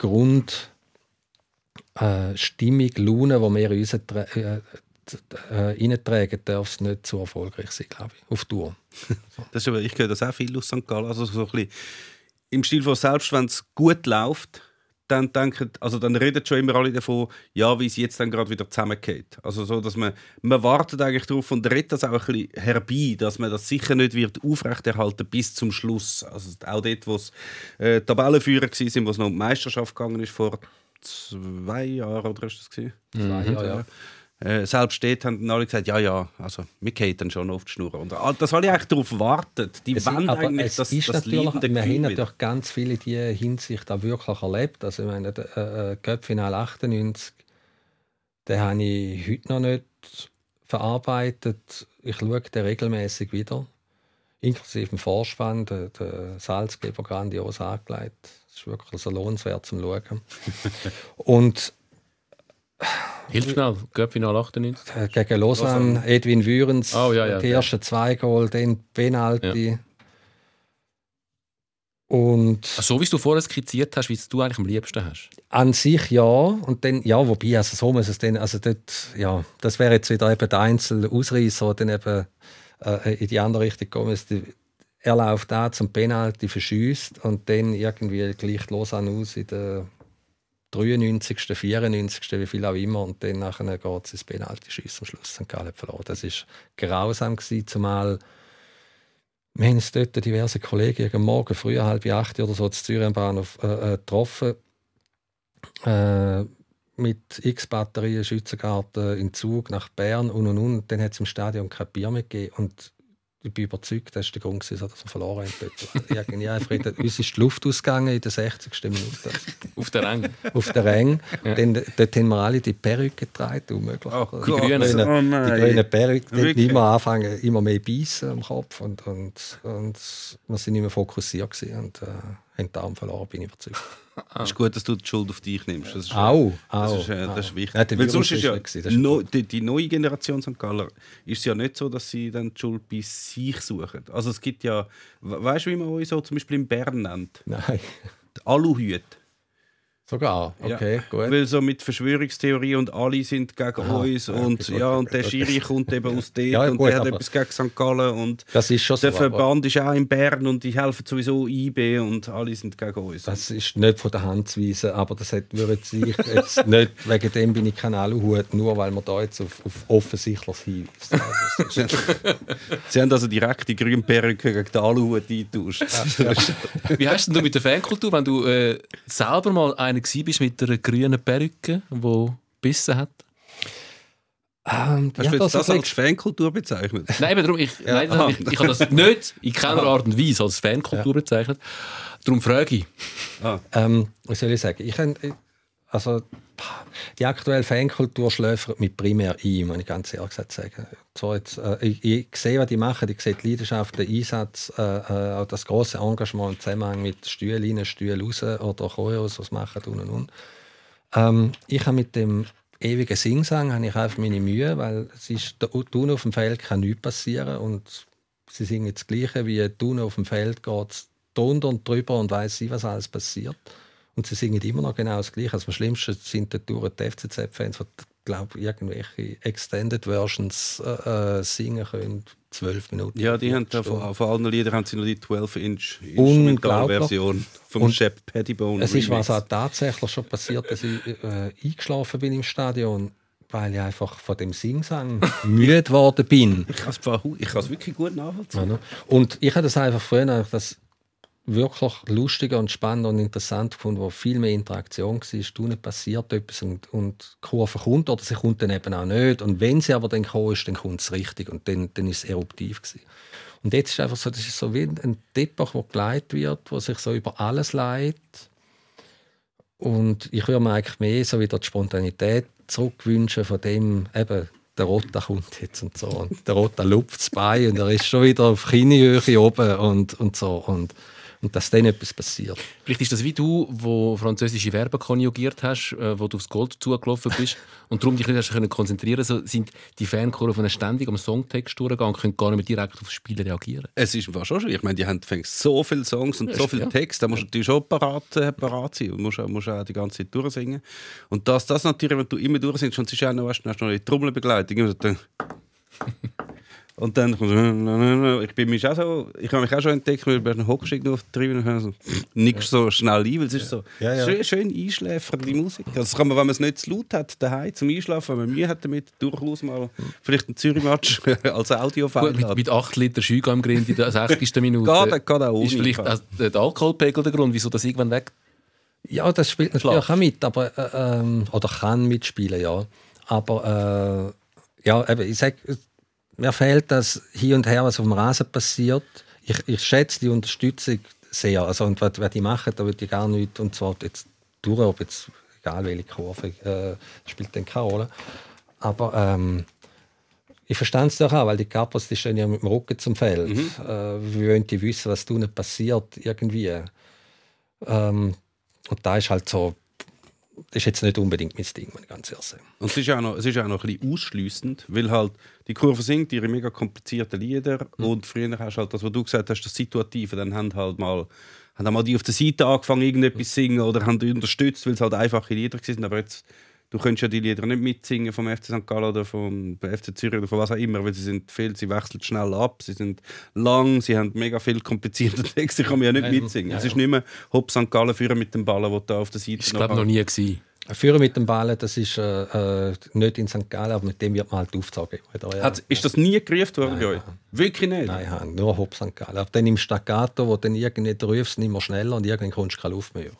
Grundstimmung, Laune, die wir in uns reintragen, darf es nicht zu erfolgreich sein, glaube ich, auf Tour. Das ist aber, ich höre das auch viel aus St. Gallen. Also so ein bisschen im Stil von selbst, wenn es gut läuft, dann reden schon immer alle davon, ja, wie es jetzt dann gerade wieder zusammengeht. Also so, dass man wartet eigentlich darauf und redet das auch ein bisschen herbei, dass man das sicher nicht wird aufrechterhalten bis zum Schluss. Also auch dort, wo es Tabellenführer waren, wo es noch um die Meisterschaft gegangen ist, vor 2 Jahren, oder ist das gewesen? 2 Jahre, ja. Selbst dort haben dann alle gesagt, ja, also wir gehen dann schon auf die Schnur. Und das alle eigentlich darauf warten. Die wollen eigentlich das liebende wir haben Gefühl natürlich ganz viel in dieser Hinsicht auch wirklich erlebt. Also ich meine, Cup-Finale 98, den habe ich heute noch nicht verarbeitet. Ich schaue den regelmäßig wieder. Inklusive dem Vorspann, der Salzgeber grandios angelegt. Das ist wirklich so lohnenswert zum Schauen. Und Hilf schnell, Cup-Finale 98. gegen Lausanne, Edwin Wührens, die ersten 2 Goal, dann Penalty. Ja. Und So wie es du vorher skizziert hast, wie es du eigentlich am liebsten hast. an sich ja, und dann, ja, wobei, also so muss es dann, also dort, ja, das wäre jetzt wieder eben der Einzelausreißer, der dann eben in die andere Richtung kommen müsste. Er läuft da zum Penalty, verschießt und dann irgendwie gleicht Lausanne aus in der 93., 94., wie viel auch immer, und dann nachher geht es ins Penalty-Schiessen am Schluss. St. Gallen hat verloren. Das war grausam, zumal wir haben uns dort diverse Kollegen am Morgen früh, 7:30 oder so, zu Zürich am Bahnhof getroffen. Mit X-Batterien, Schützengarten, in Zug nach Bern und. Dann hat es im Stadion kein Bier mehr gegeben. Und ich bin überzeugt, das war der Grund, dass wir verloren haben. Uns ist die Luft ausgegangen in der 60. Minute. Auf der Rang. Auf der Rang. Ja. Dort haben wir alle die Perücke getragen. Unmöglich. Oh Die Gott, grünen Perücke. Dann Wirklich? immer mehr beißen am Kopf. Und wir sind nicht mehr fokussiert gewesen und haben den Arm verloren, bin ich überzeugt. Es ist gut, dass du die Schuld auf dich nimmst. Das ist, das ist wichtig. Ja, der Weil sonst Virus ist ja ist weg gewesen, die neue Generation St. Galler ist ja nicht so, dass sie dann die Schuld bei sich suchen. Also es gibt ja, weißt du, wie man euch so zum Beispiel in Bern nennt? Nein. Die Aluhüte. Sogar? Okay, gut. Weil so mit Verschwörungstheorie und alle sind gegen uns und und der Schiri kommt eben aus dort Ja, und gut, der hat aber etwas gegen St. Gallen und Das ist schon so. der Verband ist auch in Bern und die helfen sowieso IB und alle sind gegen uns. Das ist nicht von der Hand zu weisen, aber das würde sich jetzt nicht, wegen dem bin ich kein Aluhut, nur weil man da jetzt auf Offensichtliches hinweist. Also, Sie haben also direkt die grüne Perücke gegen den Aluhut eingetauscht. Wie hast du mit der Fankultur, wenn du selber mal einer bist mit einer grünen Perücke, die gebissen hat? Hast du jetzt das als Fankultur bezeichnet? Nein, eben darum, ich habe das nicht in keiner Art und Weise als Fankultur bezeichnet. Darum frage ich. Was soll ich sagen? Die aktuelle Fankultur schläfert mich primär ein, muss ich ganz ehrlich gesagt sagen. So jetzt, ich sehe, was die machen, ich sehe die Leidenschaft, den Einsatz, auch das grosse Engagement im Zusammenhang mit Stühlen rein, Stühlen raus oder Choreos, was machen und. Ich habe mit dem ewigen Singsang habe ich einfach meine Mühe, weil es ist, unten auf dem Feld kann nichts passieren und sie singen das Gleiche, wie unten auf dem Feld geht es drunter und drüber und weiss ich, was alles passiert. Und sie singen immer noch genau das Gleiche. Also am schlimmsten sind die FCZ-Fans, die, glaube ich, irgendwelche Extended Versions singen können, 12 Minuten. Ja, die haben da von allen Liedern haben sie noch die 12-inch Instrumentalversion vom Shep Pettibone. Es ist was auch tatsächlich schon passiert, dass ich eingeschlafen bin im Stadion, weil ich einfach von dem Singsang müde geworden bin. Ich kann es wirklich gut nachvollziehen. Und ich habe das einfach früher das wirklich lustig und spannend und interessant gefunden, wo viel mehr Interaktion war. Stunden passiert etwas und die Kurve kommt oder sie kommt dann eben auch nicht. Und wenn sie aber dann kommt, dann kommt es richtig und dann ist es eruptiv gewesen. Und jetzt ist es einfach so, das ist so wie ein Teppich, der geleitet wird, der sich so über alles leitet. Und ich würde mir eigentlich mehr so wieder die Spontanität zurückwünschen von dem, eben, der Rota kommt jetzt und so. Und der Rota lupft das Bein und er ist schon wieder auf Kniehöhe oben und so. Und dass dann etwas passiert. Vielleicht ist das wie du, wo französische Verben konjugiert hast, wo du aufs Gold zugelaufen bist und darum dich nicht hast können konzentrieren. So sind die Fankurven ständig am Songtext durchgegangen und können gar nicht mehr direkt aufs Spiel reagieren. Es war schon schwierig. Ich meine, die haben so viele Songs und so viel Text, da musst du natürlich schon parat sein und musst auch die ganze Zeit durchsingen. Und das natürlich, wenn du immer durchsingst, und es ist auch noch, hast du noch die Trommelbegleitung. Und dann ich habe mich auch schon entdeckt, weil ich bin hochgestiegen auf die Tribüne und so, nichts so schnell ein, weil es ist so schön einschläfernde Musik. Das kann man, wenn man es nicht zu laut hat, daheim zum Einschlafen, wenn man Mühe hat damit, durchaus mal vielleicht einen Zürich-Match als Audio-File mit 8 Liter Schüge am Grind in der 60. Minute. Geht auch ist vielleicht der Alkoholpegel der Grund, wieso das irgendwann weg? Ja, das spielt natürlich auch mit, aber, oder kann mitspielen, ja. Aber ich sage, mir fehlt das hier und her, was auf dem Rasen passiert. Ich schätze die Unterstützung sehr. Also, und was die machen, da würde ich gar nicht, und zwar jetzt durch, ob jetzt, egal welche Kurve, spielt dann keine Rolle. Aber ich verstehe es doch auch, weil die Kapos, die stehen ja mit dem Rücken zum Feld. Wie wollen die wissen, was nicht passiert irgendwie? Und da ist halt so, das ist jetzt nicht unbedingt mein Ding, wenn ich ganz ehrlich sage. Und es ist auch noch ein bisschen ausschliessend, weil halt die Kurve singt ihre mega komplizierten Lieder und früher hast du halt das, was du gesagt hast, das Situative, dann haben mal die auf der Seite angefangen, irgendetwas zu singen oder haben die unterstützt, weil es halt einfache Lieder waren. Aber jetzt, du könntest ja die Lieder nicht mitsingen vom FC St. Gallen oder vom FC Zürich oder von was auch immer, weil sie wechseln schnell ab, sie sind lang, sie haben mega viel komplizierte Texte, ich kann mir ja nicht mitsingen. Es ist nicht mehr Hopp St. Gallen führen mit dem Ball, der da auf der Seite ist. Ich glaube noch nie gewesen. Führen mit dem Ball, das ist nicht in St. Gallen, aber mit dem wird man halt aufgezogen. Ist das nie gerufen worden bei euch? Wirklich nicht? Nein, nur Hopp St. Gallen. Aber dann im Staccato, wo dann irgendwie rufst, nicht mehr schneller und irgendwann kommst du keine Luft mehr.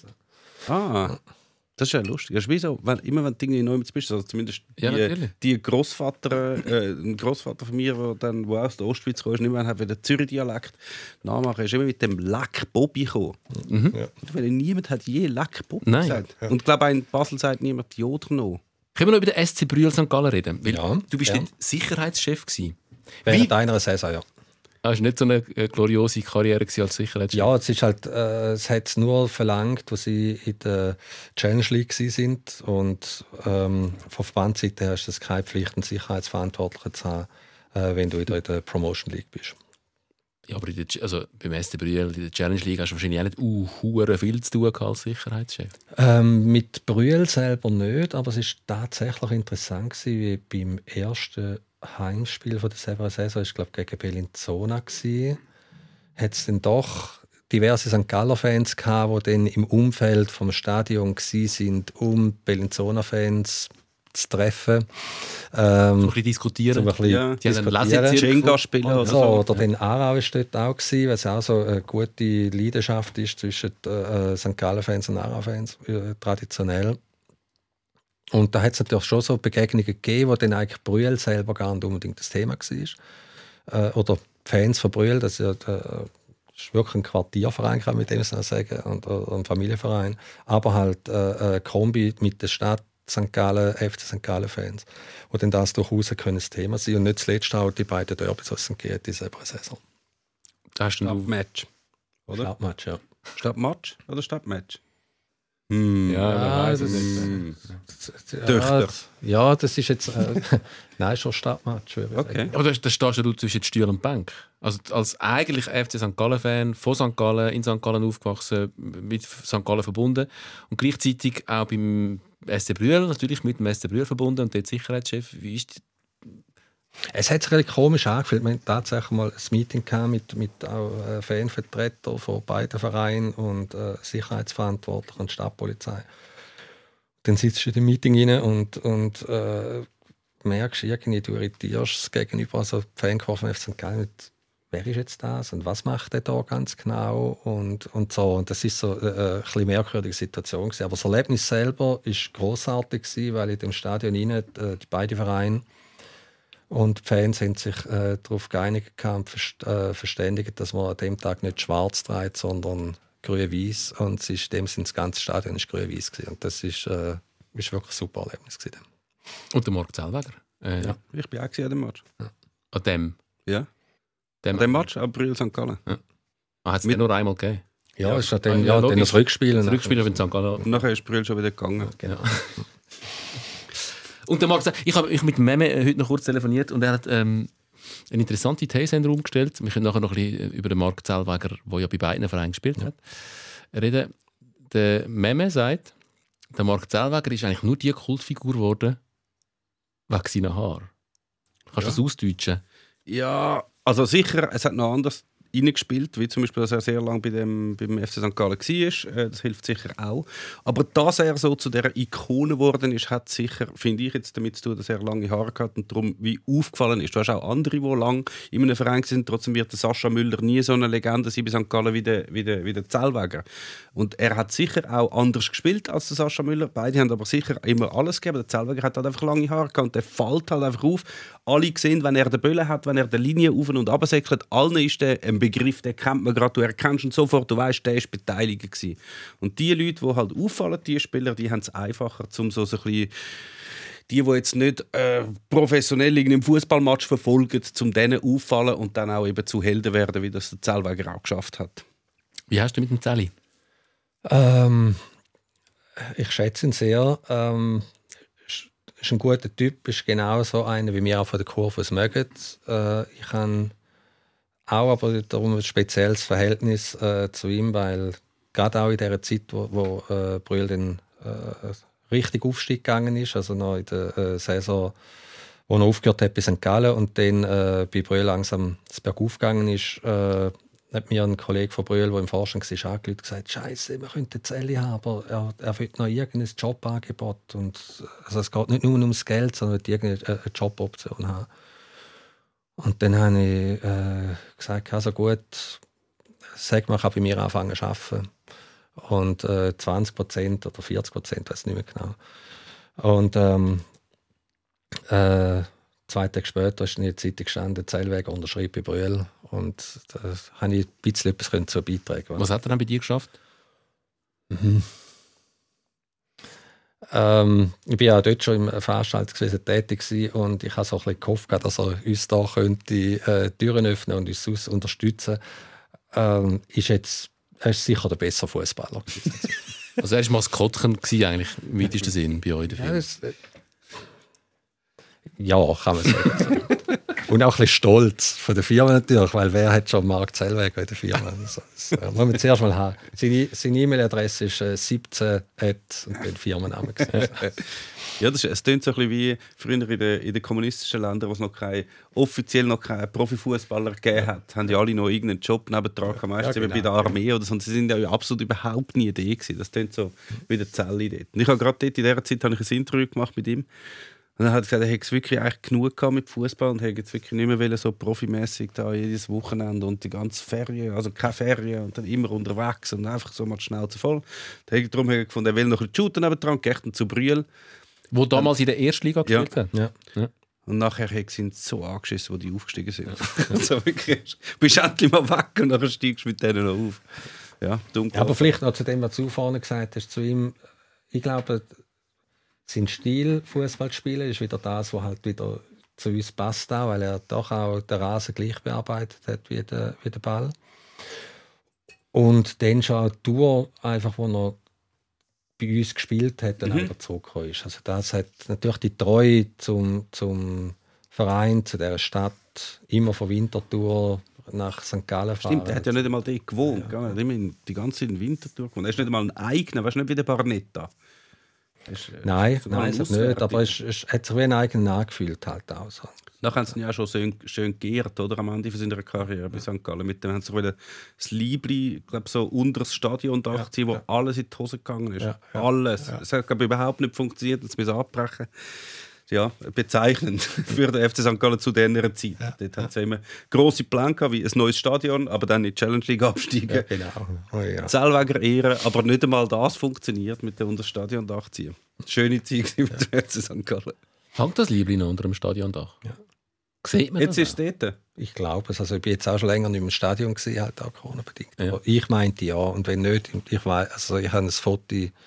Das ist ja lustig. Das ist wie so, immer wenn du irgendwie neu bist, also zumindest ein Großvater von mir, der aus der Ostschweiz kam, nicht mehr hat den Zürich-Dialekt nachmachen, ist immer mit dem Lack Bobby gekommen. Weil niemand hat je Lack Bobby gesagt. Und ich glaube, in Basel sagt niemand Jod noch. Können wir noch über den SC Brühl St. Gallen reden? Weil du bist dort Sicherheitschef gewesen. Während einer Saison, ja. Das war nicht so eine gloriose Karriere als Sicherheitschef. Ja, es ist halt, es hat es nur verlangt, als sie in der Challenge League sind und von Verbandsseite hast du keine Pflicht, einen Sicherheitsverantwortlichen zu haben, wenn du in der Promotion League bist. Ja, aber beim SC Brühl in der Challenge League hast du wahrscheinlich auch nicht viel zu tun als Sicherheitschef. Mit Brühl selber nicht, aber es war tatsächlich interessant gewesen, wie beim ersten Heimspiel von der Saison ist, glaube ich, gegen Bellinzona hat es dann doch diverse St. Galler-Fans gehabt, die dann im Umfeld vom Stadion sind, um Bellinzona-Fans zu treffen. So ein bisschen diskutieren. Die haben einen Jenga-Spieler oder so. Oder den Aarau war dort auch, weil es auch so eine gute Leidenschaft ist zwischen St. Gallen-Fans und Aarau-Fans, traditionell. Und da hat es natürlich schon so Begegnungen gegeben, wo dann eigentlich Brühl selber gar nicht unbedingt das Thema war. Oder Fans von Brühl, das ist wirklich ein Quartierverein, kann man mit dem sagen, und ein Familienverein. Aber halt eine Kombi mit der Stadt St. Gallen, FC St. Gallen-Fans. Und dann das durchaus das Thema sein. Und nicht zuletzt auch die beiden Derbys, die es geht in dieser Saison. Stadtmatch, oder? Stadtmatch, ja. Stadtmatch oder Stadtmatch? Das ja, das ist jetzt nein, schon Stadtmatch. Okay. Aber da stehst du zwischen Stuhl und Bank. Also als eigentlich FC St. Gallen-Fan, von St. Gallen, in St. Gallen aufgewachsen, mit St. Gallen verbunden und gleichzeitig auch beim SC Brühl, natürlich mit dem SC Brühl verbunden und dort Sicherheitschef. Wie ist Es hat sich relativ komisch angefühlt. Wir hatten tatsächlich mal ein Meeting mit Fanvertretern von beiden Vereinen und Sicherheitsverantwortlichen und Stadtpolizei. Dann sitzt du in dem Meeting rein und merkst irgendwie, du irritierst das Gegenüber, also die Fankurve von FC St. Gallen mit, wer ist jetzt das und was macht der da ganz genau und so. Und das ist so eine bisschen merkwürdige Situation gewesen. Aber das Erlebnis selber war grossartig gewesen, weil in dem Stadion rein, die beiden Vereine und die Fans haben sich darauf geeinigt und verständigt, dass man an dem Tag nicht schwarz trägt, sondern grün-weiß. Und in dem Sinne das ganze Stadion ist grün-weiß gewesen. Und das ist wirklich ein super Erlebnis gewesen. Und der Marc Zellweger. Ja, ich bin auch an dem Match. An dem? Ja. An dem Match, ab Brühl St. Gallen. Ja. Hat es den nur einmal gegeben? Ja, ist dann das Rückspiel. Das Rückspiel in St. Gallen. Und nachher ist Brühl schon wieder gegangen. Genau. Und der Marc, ich habe mit Meme heute noch kurz telefoniert und er hat eine interessante These in den Raum gestellt. Wir können nachher noch ein bisschen über den Marc Zellweger, der ja bei beiden Vereinen gespielt hat, reden. Der Meme sagt, der Marc Zellweger ist eigentlich nur die Kultfigur geworden wegen seiner Haare. Kannst du das ausdeutschen? Ja, also sicher, es hat noch anders reingespielt, wie zum Beispiel, dass er sehr lange beim FC St. Gallen war. Das hilft sicher auch. Aber dass er so zu dieser Ikone geworden ist, hat sicher, finde ich, jetzt damit zu tun, dass er lange Haare hat und darum wie aufgefallen ist. Du hast auch andere, die lange in einem Verein sind. Trotzdem wird der Sascha Müller nie so eine Legende sein bei St. Gallen wie der Zellweger. Und er hat sicher auch anders gespielt als der Sascha Müller. Beide haben aber sicher immer alles gegeben. Der Zellweger hat halt einfach lange Haare gehabt und der fällt halt einfach auf. Alle sehen, wenn er den Böllen hat, wenn er die Linie auf und ab säckelt, allen ist der ein Begriff, den kennt man gerade, du erkennst ihn sofort, du weißt, der ist beteiligt gewesen. Und die Leute, die halt auffallen, die Spieler, die haben es einfacher, um so ein bisschen die jetzt nicht professionell in einem Fußballmatch verfolgen, um denen auffallen und dann auch eben zu Helden werden, wie das der Zellweger auch geschafft hat. Wie hast du mit dem Zelli? Ich schätze ihn sehr. Ist ein guter Typ, ist genau so einer, wie wir auch von der Kurve es mögen. Ich habe auch aber darum ein spezielles Verhältnis zu ihm, weil gerade auch in der Zeit, wo Brühl dann richtig Aufstieg gegangen ist, also noch in der Saison, wo er aufgehört hat bei St. Gallen und dann bei Brühl langsam das Bergauf gegangen ist, hat mir ein Kollege von Brühl, der im Forschung war, angerufen und gesagt, «Scheiße, wir könnten Zelli haben, aber er will noch irgendein Jobangebot.» Und, also es geht nicht nur ums Geld, sondern irgendeine Joboption haben. Und dann habe ich gesagt, also gut, sag mal, ich kann bei mir anfangen zu arbeiten. Und 20% oder 40%, weiß nicht mehr genau. Und 2 Tage später ist in der Zeitung gestanden, Zellweger unterschreibt bei Brühl. Und da habe ich ein bisschen etwas dazu beitragen. Was hat er dann bei dir geschafft? Ich war ja dort schon im Veranstaltungswesen tätig und ich habe so ein bisschen gehofft, dass er uns da könnte, Türen öffnen und uns unterstützen. Er ist sicher der bessere Fußballer. Also er war Maskottchen eigentlich, im weitesten Sinn bei euch in der Firma. Ja, kann man sagen. Und auch ein bisschen stolz von der Firma natürlich, weil wer hat schon Marc Zellweger in der Firma? Das muss man zuerst mal haben. Seine E-Mail-Adresse ist 17@ und den Firmennamen. Ja, es klingt so ein bisschen wie früher in den kommunistischen Ländern, wo es offiziell noch keinen Profifußballer gegeben hat, haben ja alle noch irgendeinen Job nebendran gehabt, meistens ja, genau, bei der Armee oder so. Und sie sind ja absolut überhaupt nie da gewesen. Das klingt so wie der Zelli dort. Und ich habe gerade dort in dieser Zeit ein Interview gemacht mit ihm. Und dann hat er gesagt, er hätte wirklich eigentlich genug gehabt mit Fußball und hätte jetzt wirklich nicht mehr so profimässig da jedes Wochenende und die ganze Ferien, also keine Ferien und dann immer unterwegs und einfach so mal die Schnauze voll. Darum hat er gefunden, er will noch ein bisschen shooten nebendran, geht dann zu Brühl. Wo damals in der Erstliga gespielt hat. Ja. Und nachher haben sie so angeschissen, wo die aufgestiegen sind. So wirklich, bist endlich mal weg und dann steigst du mit denen noch auf. Ja, dunkel. Aber vielleicht noch zu dem, was du vorne gesagt hast, zu ihm, ich glaube, sein Stil, Fußball zu spielen, ist wieder das, was halt wieder zu uns passt, auch, weil er doch auch den Rasen gleich bearbeitet hat wie der Ball. Und dann schon auch die Tour, einfach, wo er bei uns gespielt hat, dann wieder zurückgekommen ist. Also das hat natürlich die Treue zum Verein, zu dieser Stadt, immer von Winterthur nach St. Gallen fahren. Stimmt, er hat ja nicht einmal dort gewohnt. Ja. Er hat immer die ganze Zeit in Winterthur gewohnt. Er ist nicht einmal ein eigener, weißt du, nicht wie der Barnetta. Nein, es hat nicht, aber es hat sich wie ein eigener angefühlt halt auch so. Nachher haben sie ihn ja schon schön geehrt, oder, am Ende seiner Karriere bei St. Gallen. Mit dem haben sie das Liebli, glaube so unter das Stadiondach ziehen, wo alles in die Hose gegangen ist. Ja. Alles. Es hat überhaupt nicht funktioniert, jetzt müssen abbrechen. Ja, bezeichnend für den FC St. Gallen zu dieser Zeit. Ja. Dort hat es immer grosse Pläne gehabt, wie ein neues Stadion, aber dann in die Challenge League absteigen. Ja, genau. Oh, ja. Zellweger ehren, aber nicht einmal das funktioniert mit dem unter das Stadiondach ziehen. Schöne Zeit mit dem FC St. Gallen. Hängt das Liebli noch unter dem Stadiondach? Ja. Sieht man jetzt das ist es dort? Ich glaube es. Also ich bin jetzt auch schon länger nicht im Stadion gewesen, halt auch Corona-bedingt. Ja. Aber ich meinte ja. Und wenn nicht, ich habe ein Foto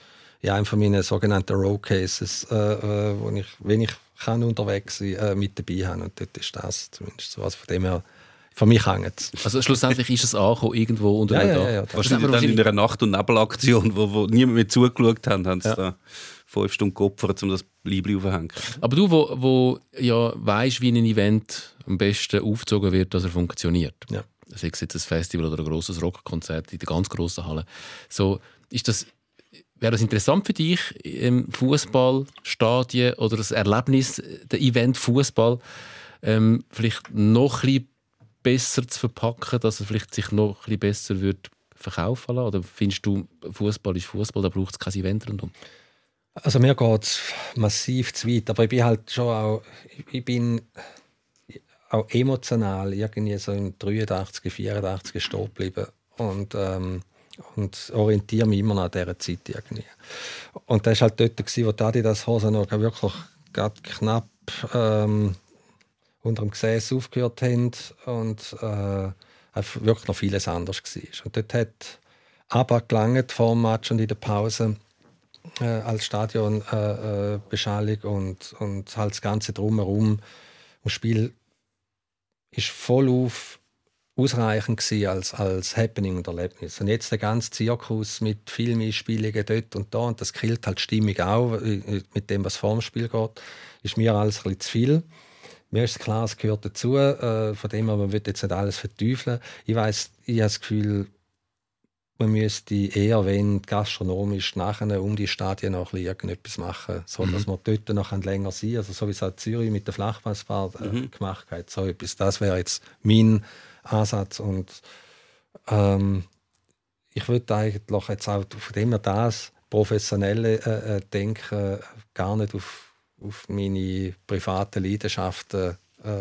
einem von meinen sogenannten Road Cases, wo ich, wenn ich kann unterwegs sein, mit dabei habe. Und dort ist das zumindest so. Also von dem her, für mich hängt es. Also schlussendlich ist es angekommen, irgendwo unter einem Dach. Ja. Wahrscheinlich dann in einer Nacht- und Nebelaktion, wo niemand mehr zugeschaut hat, haben sie da 5 Stunden geopfert, um das Liebling aufzuhängen. Aber du, wo ja weisst, wie ein Event am besten aufgezogen wird, dass er funktioniert. Ja. Sei es jetzt ein Festival oder ein grosses Rockkonzert in der ganz grossen Halle. So, wäre das interessant für dich, im Fußball, Stadien oder das Erlebnis, der Event Fußball, vielleicht noch ein bisschen besser zu verpacken, dass er vielleicht sich noch ein bisschen besser wird verkaufen lassen? Oder findest du, Fußball ist Fußball, da braucht es kein Event rundum? Also mir geht es massiv zu weit, aber ich bin halt schon auch, ich bin auch emotional irgendwie so im 83, 84 stehen geblieben und orientiere mich immer noch an dieser Zeit irgendwie. Und das war halt dort, wo die Adidas-Hosen noch wirklich knapp unter dem Gesäß aufgehört haben und wirklich noch vieles anderes war. Und dort hat ABBA gelangt vor dem Match und in der Pause als Stadionbeschallung und halt das Ganze drumherum. Das Spiel war voll ausreichend als Happening und Erlebnis. Und jetzt der ganze Zirkus mit Filmeinspielungen dort und da, und das killt halt die Stimmung auch mit dem, was vor dem Spiel geht, ist mir alles ein bisschen zu viel. Mir ist klar, es gehört dazu, von dem her, man will jetzt nicht alles verteufeln. Ich habe das Gefühl, man müsste eher, wenn gastronomisch nachher um die Stadien noch irgendetwas machen, so dass man dort noch länger sein kann. Also so wie es auch Zürich mit der Flachpassbar gemacht hat. So etwas. Das wäre jetzt mein Ansatz. Und ich würde eigentlich jetzt auch von dem her das professionelle Denken gar nicht auf meine privaten Leidenschaften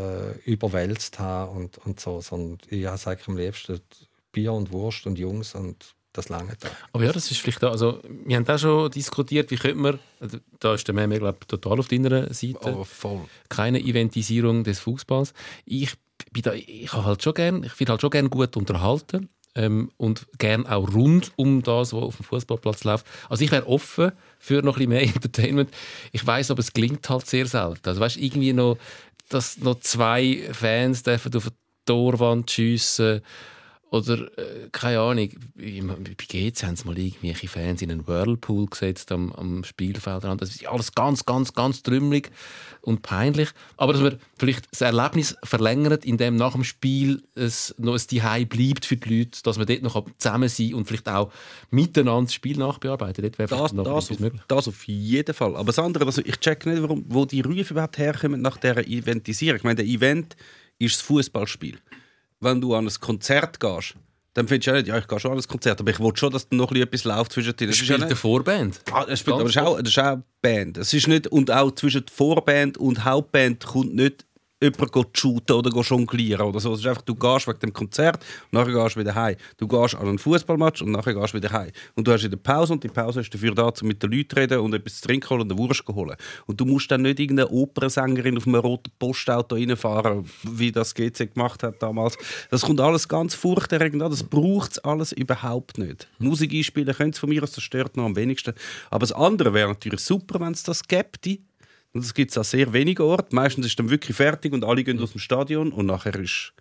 überwälzt haben und so. Sondern ich habe eigentlich am liebsten Bier und Wurst und Jungs und das lange Tag. Aber ja, das ist vielleicht auch, also wir haben auch schon diskutiert, wie könnte man, da ist der Meme, glaube ich, total auf deiner Seite. Oh, voll. Keine Eventisierung des Fußballs. Ich finde halt schon gern gut unterhalten und gern auch rund um das, was auf dem Fußballplatz läuft. Also ich wäre offen für noch ein bisschen mehr Entertainment. Ich weiss, aber es gelingt halt sehr selten. Also weißt, irgendwie noch, dass noch 2 Fans dürfen auf die Torwand schiessen. Oder, keine Ahnung, bei GC haben sie mal irgendwelche Fans in einen Whirlpool gesetzt am Spielfeld. Das ist alles ganz, ganz, ganz trümmelig und peinlich. Aber dass man vielleicht das Erlebnis verlängert, indem nach dem Spiel es noch ein Zuhause bleibt für die Leute, dass man dort noch zusammen sein kann und vielleicht auch miteinander das Spiel nachbearbeiten. Dort wäre noch etwas möglich. Das auf jeden Fall. Aber das andere, also ich check nicht, wo die Rufe überhaupt herkommen nach dieser Eventisierung. Ich meine, der Event ist das Fußballspiel. Wenn du an ein Konzert gehst, dann findest du ja nicht, ja, ich gehe schon an ein Konzert, aber ich will schon, dass da noch etwas läuft zwischen dir. Das spielt ja eine Vorband. Aber das ist auch Band. Es ist nicht, und auch zwischen Vorband und Hauptband kommt nicht jemand shooten oder jonglieren oder so. Es ist einfach, du gehst wegen dem Konzert und nachher gehst du wieder heim. Du gehst an einen Fußballmatch und nachher gehst du wieder heim. Und du hast in der Pause, und die Pause ist dafür da, um mit den Leuten zu reden und etwas zu trinken holen und eine Wurst zu holen. Und du musst dann nicht irgendeine Opernsängerin auf einem roten Postauto reinfahren, wie das GC gemacht hat damals. Das kommt alles ganz furchterregend an. Das braucht es alles überhaupt nicht. Musik einspielen können sie von mir aus, das stört noch am wenigsten. Aber das andere wäre natürlich super, wenn es das gäbe. Und das gibt es an sehr wenigen Orten. Meistens ist es dann wirklich fertig und alle gehen aus dem Stadion und nachher ist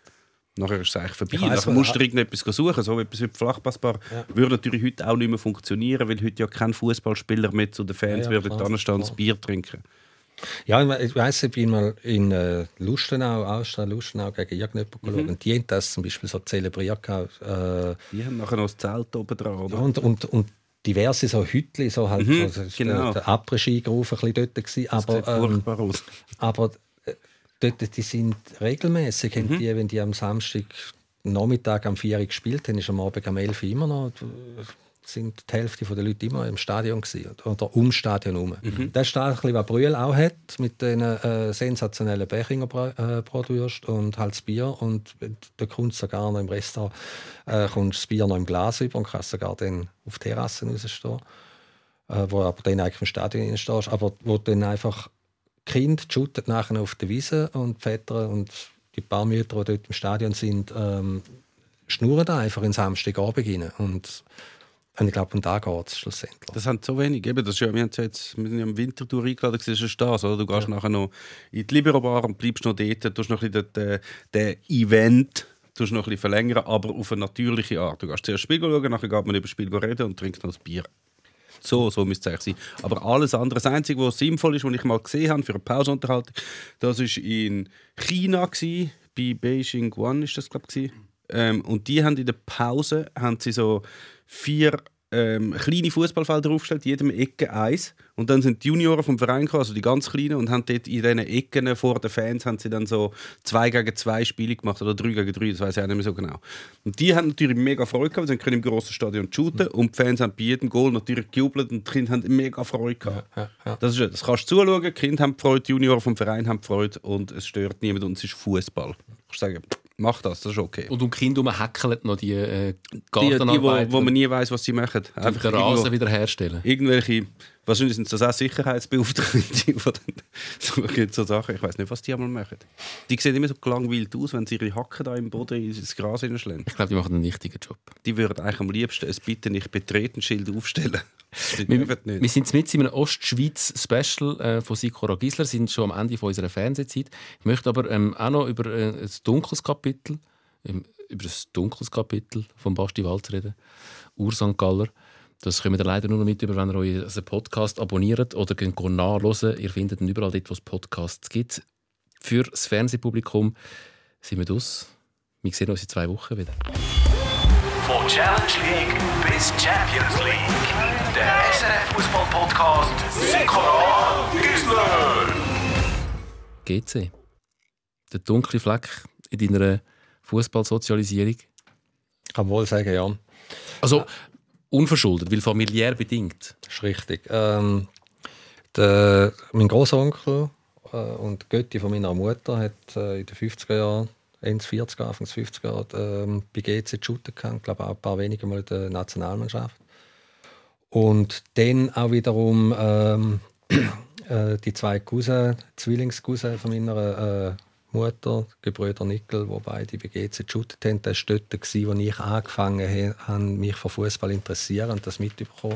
es eigentlich vorbei. Nachher musst du irgendetwas suchen. So etwas wie Flachpassbar würde natürlich heute auch nicht mehr funktionieren, weil heute ja kein Fußballspieler mehr zu den Fans würden anstehen und das Bier trinken. Ja, ich weiss, ich bin mal in Lustenau, Austria-Lustenau gegen irgendjemanden geschaut. Und die haben das zum Beispiel so zelebriert. Die haben nachher noch das Zelt oben dran, oder? Und diverse so Hütli, so halt genau. Der Après-Ski-Groove ein bisschen dort gewesen. Das sieht furchtbar aus. Aber dort, die sind regelmäßig, wenn die am Samstag Nachmittag am 4 Uhr gespielt haben, ist am Abend am 11 Uhr immer noch, sind die Hälfte der Leute immer im Stadion gewesen, oder ums Stadion herum. Das ist das, was Brühl auch hat, mit den sensationellen Bechinger Bratwürst und halt das Bier. Und da kommt sogar noch im Restaurant kommt das Bier noch im Glas über und kannst sogar dann auf Terrassen rausstehen, wo aber dann eigentlich im Stadion stehst, aber wo dann einfach die Kinder shooten nachher auf der Wiese und die Väter und die paar Mütter, die dort im Stadion sind, schnurren da einfach in Samstagabend rein. Und Und ich glaube, um da geht es schlussendlich. Das haben so wenig. Eben, das ist ja, wir sind ja im Wintertour eingeladen, das ist das, oder? Du gehst nachher noch in die Libero-Bar und bleibst noch dort, tust noch ein bisschen den Event tust noch ein bisschen verlängern, aber auf eine natürliche Art. Du gehst zuerst Spiel schauen, nachher geht man über das Spiel reden und trinkt noch ein Bier. So müsste es eigentlich sein. Aber alles andere, das Einzige, was sinnvoll ist, was ich mal gesehen habe für eine Pausenunterhaltung, das war in China, bei Beijing One ist das, glaube ich. Und die haben in der Pause so 4 kleine Fußballfelder aufgestellt, jedem Ecke eins. Und dann sind die Junioren vom Verein gekommen, also die ganz Kleinen, und haben dort in diesen Ecken vor den Fans haben sie dann so 2 gegen 2 Spiele gemacht oder 3 gegen 3, das weiß ich auch nicht mehr so genau. Und die haben natürlich mega Freude gehabt, sie können im grossen Stadion shooten und die Fans haben bei jedem Goal natürlich gejubelt und die Kinder haben mega Freude gehabt. Ja. Das kannst du zuschauen, die Kinder haben Freude, die Junioren vom Verein haben Freude und es stört niemand und es ist Fußball. Ich sagen, mach das ist okay. Und um die Kinder häckeln noch die Gartenarbeit. Wo man nie weiss, was sie machen. Einfach den Rasen wiederherstellen. Irgendwelche, wahrscheinlich sind das auch Sicherheitsbeauftragte, so Sachen. Ich weiss nicht, was die einmal machen. Die sehen immer so gelangweilt aus, wenn sie ihre Hacken da im Boden ins Gras hineinschlagen. Ich glaube, die machen einen wichtigen Job. Die würden eigentlich am liebsten ein «Bitte nicht betreten» Schild aufstellen. Wir sind mit in einem Ostschweiz-Special von Sikora Gisler, sind schon am Ende von unserer Fernsehzeit. Ich möchte aber auch noch über ein dunkles Kapitel von Basti Walz reden. Ur-St. Galler. Das kommt ihr leider nur noch mit über, wenn ihr euch einen Podcast abonniert oder nachhören. Ihr findet ihn überall dort, wo es Podcasts gibt. Für das Fernsehpublikum sind wir das. Wir sehen uns in 2 Wochen wieder. Von Challenge League bis Champions League. Der SRF-Fußball-Podcast Sikora Gisler. GC. Der dunkle Fleck in deiner Fußballsozialisierung? Ich kann wohl sagen, ja. Also unverschuldet, weil familiär bedingt. Das ist richtig. Mein Großonkel und Götti von meiner Mutter hat in den 50er Jahren, Ende 40er, Anfang 50er Jahren bei GC shooten gehabt. Ich glaube auch ein paar wenige Mal in der Nationalmannschaft. Und dann auch wiederum die 2 Zwillingscousins von meiner Mutter, Gebrüder Nickel, die beide bei GC geshootet haben. Das war dort, wo ich angefangen habe, mich für Fußball interessieren und das mitbekommen.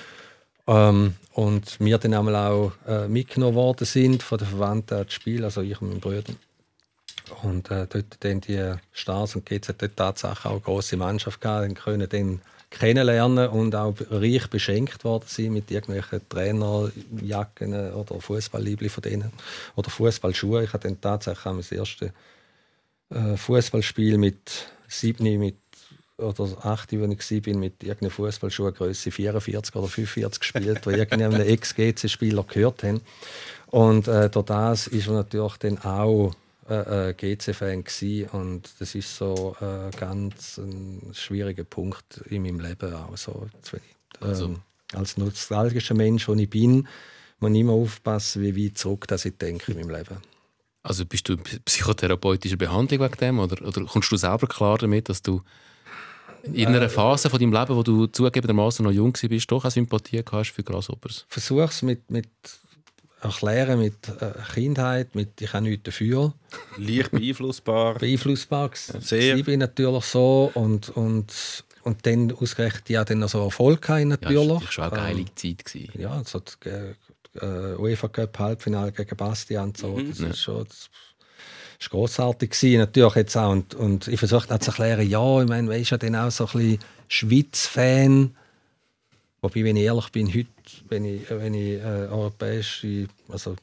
Und wir dann einmal auch mitgenommen worden sind von den Verwandten an das Spiel, also ich und mein Bruder. Und dort dann die Stars und GC dort tatsächlich auch eine grosse Mannschaft gehabt, und können dann kennenlernen und auch reich beschenkt worden sein mit irgendwelchen Trainerjacken oder Fußballliebli von denen oder Fußballschuhe. Ich hatte dann tatsächlich das erste Fußballspiel mit 7 oder 8, wenn ich war, mit irgendeiner Fußballschuhgröße 44 oder 45 gespielt, wo irgendeinem Ex-GC-Spieler gehört haben. Und durch das ist er natürlich dann auch GC-Fan gsi, und das ist so ganz ein schwieriger Punkt in meinem Leben auch. So, als nostalgischer Mensch, der ich bin, muss ich immer aufpassen, wie weit zurück dass ich denke in meinem Leben. Also bist du in psychotherapeutischer Behandlung wegen dem, oder kommst du selber klar damit, dass du in einer Phase von deinem Leben, wo du zugegebenermaßen noch jung warst, doch eine Sympathie hast für Grasshoppers? Versuche es mit erklären, mit Kindheit, ich habe nichts dafür. Leicht beeinflussbar. Sehr. Ich bin natürlich so und dann ausgerechnet ja dann noch so Erfolg haben natürlich. Ja, das war schon eine geile Zeit gewesen. Ja, so UEFA Cup Halbfinale gegen Bastia und so. Das ist schon das ist grossartig gewesen, natürlich jetzt auch. Und ich versuche auch zu erklären, ja, ich meine, ist ja dann auch so ein bisschen Schweiz-Fan. Wobei, wenn ich ehrlich bin, heute, wenn ich europäische, also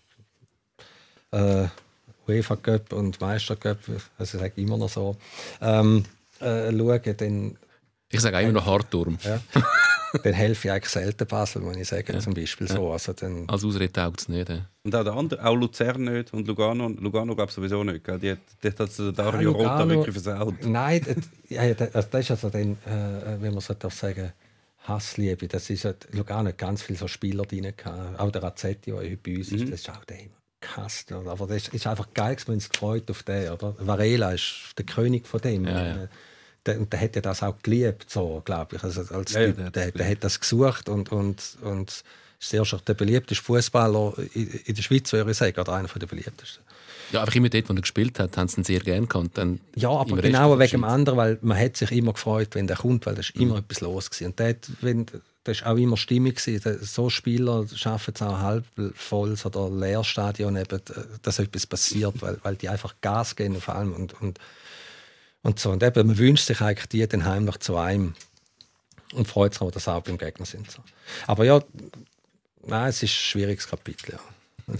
UEFA Cup und Meister Cup, also ich sage immer noch so, schaue, dann... Ich sage auch immer noch Hartturm. Ja, dann helfe ich eigentlich selten Basel, wenn ich sage, zum Beispiel so. Also dann, als Ausrede taugt es nicht. Und auch der andere, auch Luzern nicht und Lugano glaube ich sowieso nicht. Gell? Die hat Dario Rota wirklich versaut. Nein, das ist also dann, wenn man so darf sagen, Hassliebe. Das ist Lugano hat ganz viele so Spieler drin gehabt. Auch der Razzetti, der heute bei uns ist, das ist auch der immer gehasst. Aber das ist einfach geil, wir haben uns gefreut auf den. Oder? Varela ist der König von dem. Ja. der hat ja das auch geliebt, so, glaube ich. Also, der hat das gesucht und sehr schon der beliebteste Fußballer in der Schweiz, würde ich sagen, oder einer der beliebtesten. Ja, einfach immer dort, wo er gespielt hat, haben sie ihn sehr gerne gekannt. Ja, aber genau wegen dem anderen, weil man hat sich immer gefreut, wenn der kommt, weil da ist immer etwas los gewesen. Und das war auch immer stimmig gewesen. So Spieler schaffen es auch halb volles oder Leerstadion, eben, dass etwas passiert, weil die einfach Gas geben auf allem und so. Und eben, man wünscht sich eigentlich die dann heimlich zu einem und freut sich, dass sie auch beim Gegner sind. So. Aber ja, nein, es ist ein schwieriges Kapitel, ja.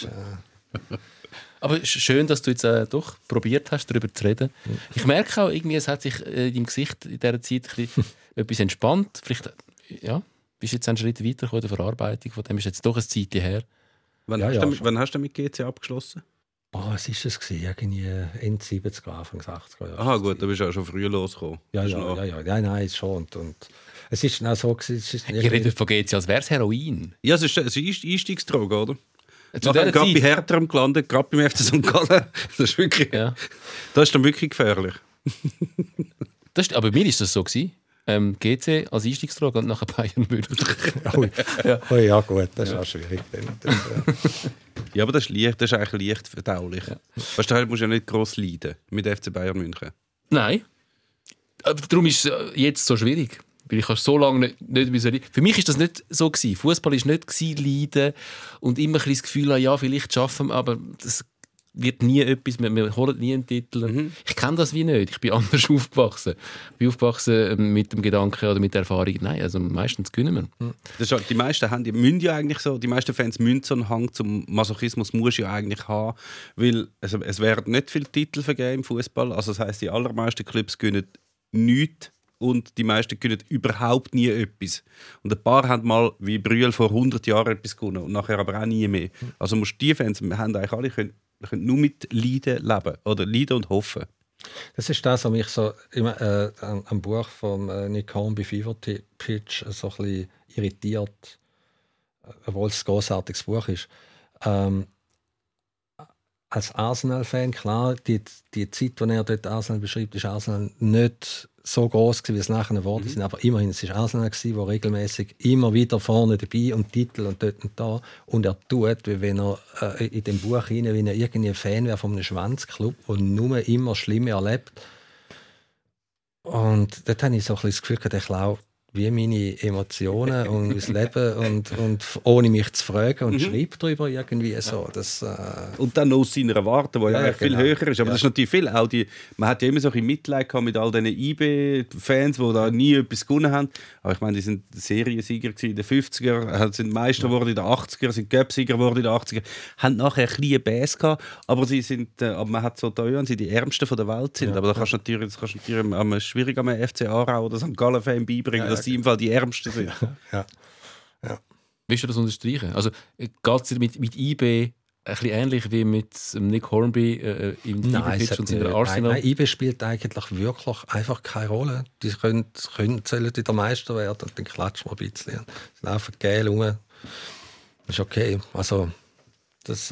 Aber schön, dass du jetzt doch probiert hast, darüber zu reden. Ich merke auch, irgendwie, es hat sich in deinem Gesicht in dieser Zeit etwas entspannt. Vielleicht bist du jetzt einen Schritt weiter in der Verarbeitung, von dem ist jetzt doch eine Zeit her. Wann hast du mit GC abgeschlossen? Was war es? Irgendwie Ende 70er, Anfang 80er Jahre. Aha, gut, da bist du auch schon früh losgekommen. Ja, nein, schon. Und es ist auch so gewesen, ihr redet von GC, als wäre es Heroin. Ja, es ist Einstiegsdroge, oder? Zu dieser gerade Zeit- bei Härterem gelandet, gerade beim FC St. Gallen. Das ist wirklich, das ist dann wirklich gefährlich. Aber bei mir war das so gewesen. GC als Einstiegsdroge und nachher Bayern München. Ja, gut, das ist auch schwierig. Ja, aber das ist eigentlich leicht verdaulich. Ja. Weißt du, musst ja nicht gross leiden mit FC Bayern München. Nein. Aber darum ist es jetzt so schwierig. Weil ich so lange nicht für mich war das nicht so gewesen. Fußball war nicht leiden und immer ein bisschen das Gefühl haben, ja, vielleicht schaffen wir, aber das wird nie etwas, wir holen nie einen Titel. Ich kenne das wie nicht. Ich bin anders aufgewachsen. Ich bin aufgewachsen mit dem Gedanken oder mit der Erfahrung, nein, also meistens gewinnen wir. Das ist, die meisten müssen ja eigentlich so, die meisten Fans müssen so einen Hang zum Masochismus muss ja eigentlich haben, weil es werden nicht viele Titel vergeben im Fußball. Also das heisst, die allermeisten Clubs gewinnen nichts. Und die meisten können überhaupt nie etwas. Und ein paar haben mal, wie Brühl, vor 100 Jahren etwas gewonnen und nachher aber auch nie mehr. Also musst die Fans, wir haben eigentlich alle, können nur mit Leiden leben. Oder leiden und hoffen. Das ist das, was mich so immer, am Buch von Nick Hornby Fever Pitch so ein bisschen irritiert, obwohl es ein grossartiges Buch ist. Als Arsenal-Fan, klar, die Zeit, in der er dort Arsenal beschreibt, ist Arsenal nicht so groß wie es nachher geworden ist. Aber immerhin, es war Arsenal, der regelmäßig immer wieder vorne dabei und Titel und dort und da. Und er tut, wie wenn er in dem Buch hinein, wie er irgendwie Fan wäre von einem Schwanzclub und nur immer Schlimme erlebt. Und dort habe ich so ein bisschen das Gefühl, der klaut wie meine Emotionen und mein Leben und ohne mich zu fragen und schreibt darüber irgendwie so. Das, und dann noch aus seiner Warte, die ja viel höher ist. Aber das ist natürlich viel. Auch man hat ja immer so ein Mitleid gehabt mit all diesen IB-Fans, die da nie etwas gewonnen haben. Aber ich meine, die sind Seriensieger in den 50er, sind Meister geworden in den 80er, sind Cup-Sieger geworden in den 80er, haben nachher ein bisschen Bass gehabt, aber aber man hat so teuer, sie die Ärmsten von der Welt sind. Aber da kannst du natürlich schwierig am FC Aarau oder St. Gallen-Fan beibringen, dass sie im Fall die Ärmsten sind. Ja. Willst du das unterstreichen? Also geht es mit IB ein bisschen ähnlich wie mit Nick Hornby im IB-Pitch und in der Arsenal? Nein, IB spielt eigentlich wirklich einfach keine Rolle. Die sollen wieder Meister werden und dann klatschen wir ein bisschen. Sie laufen geil rum. Das ist okay. Also, das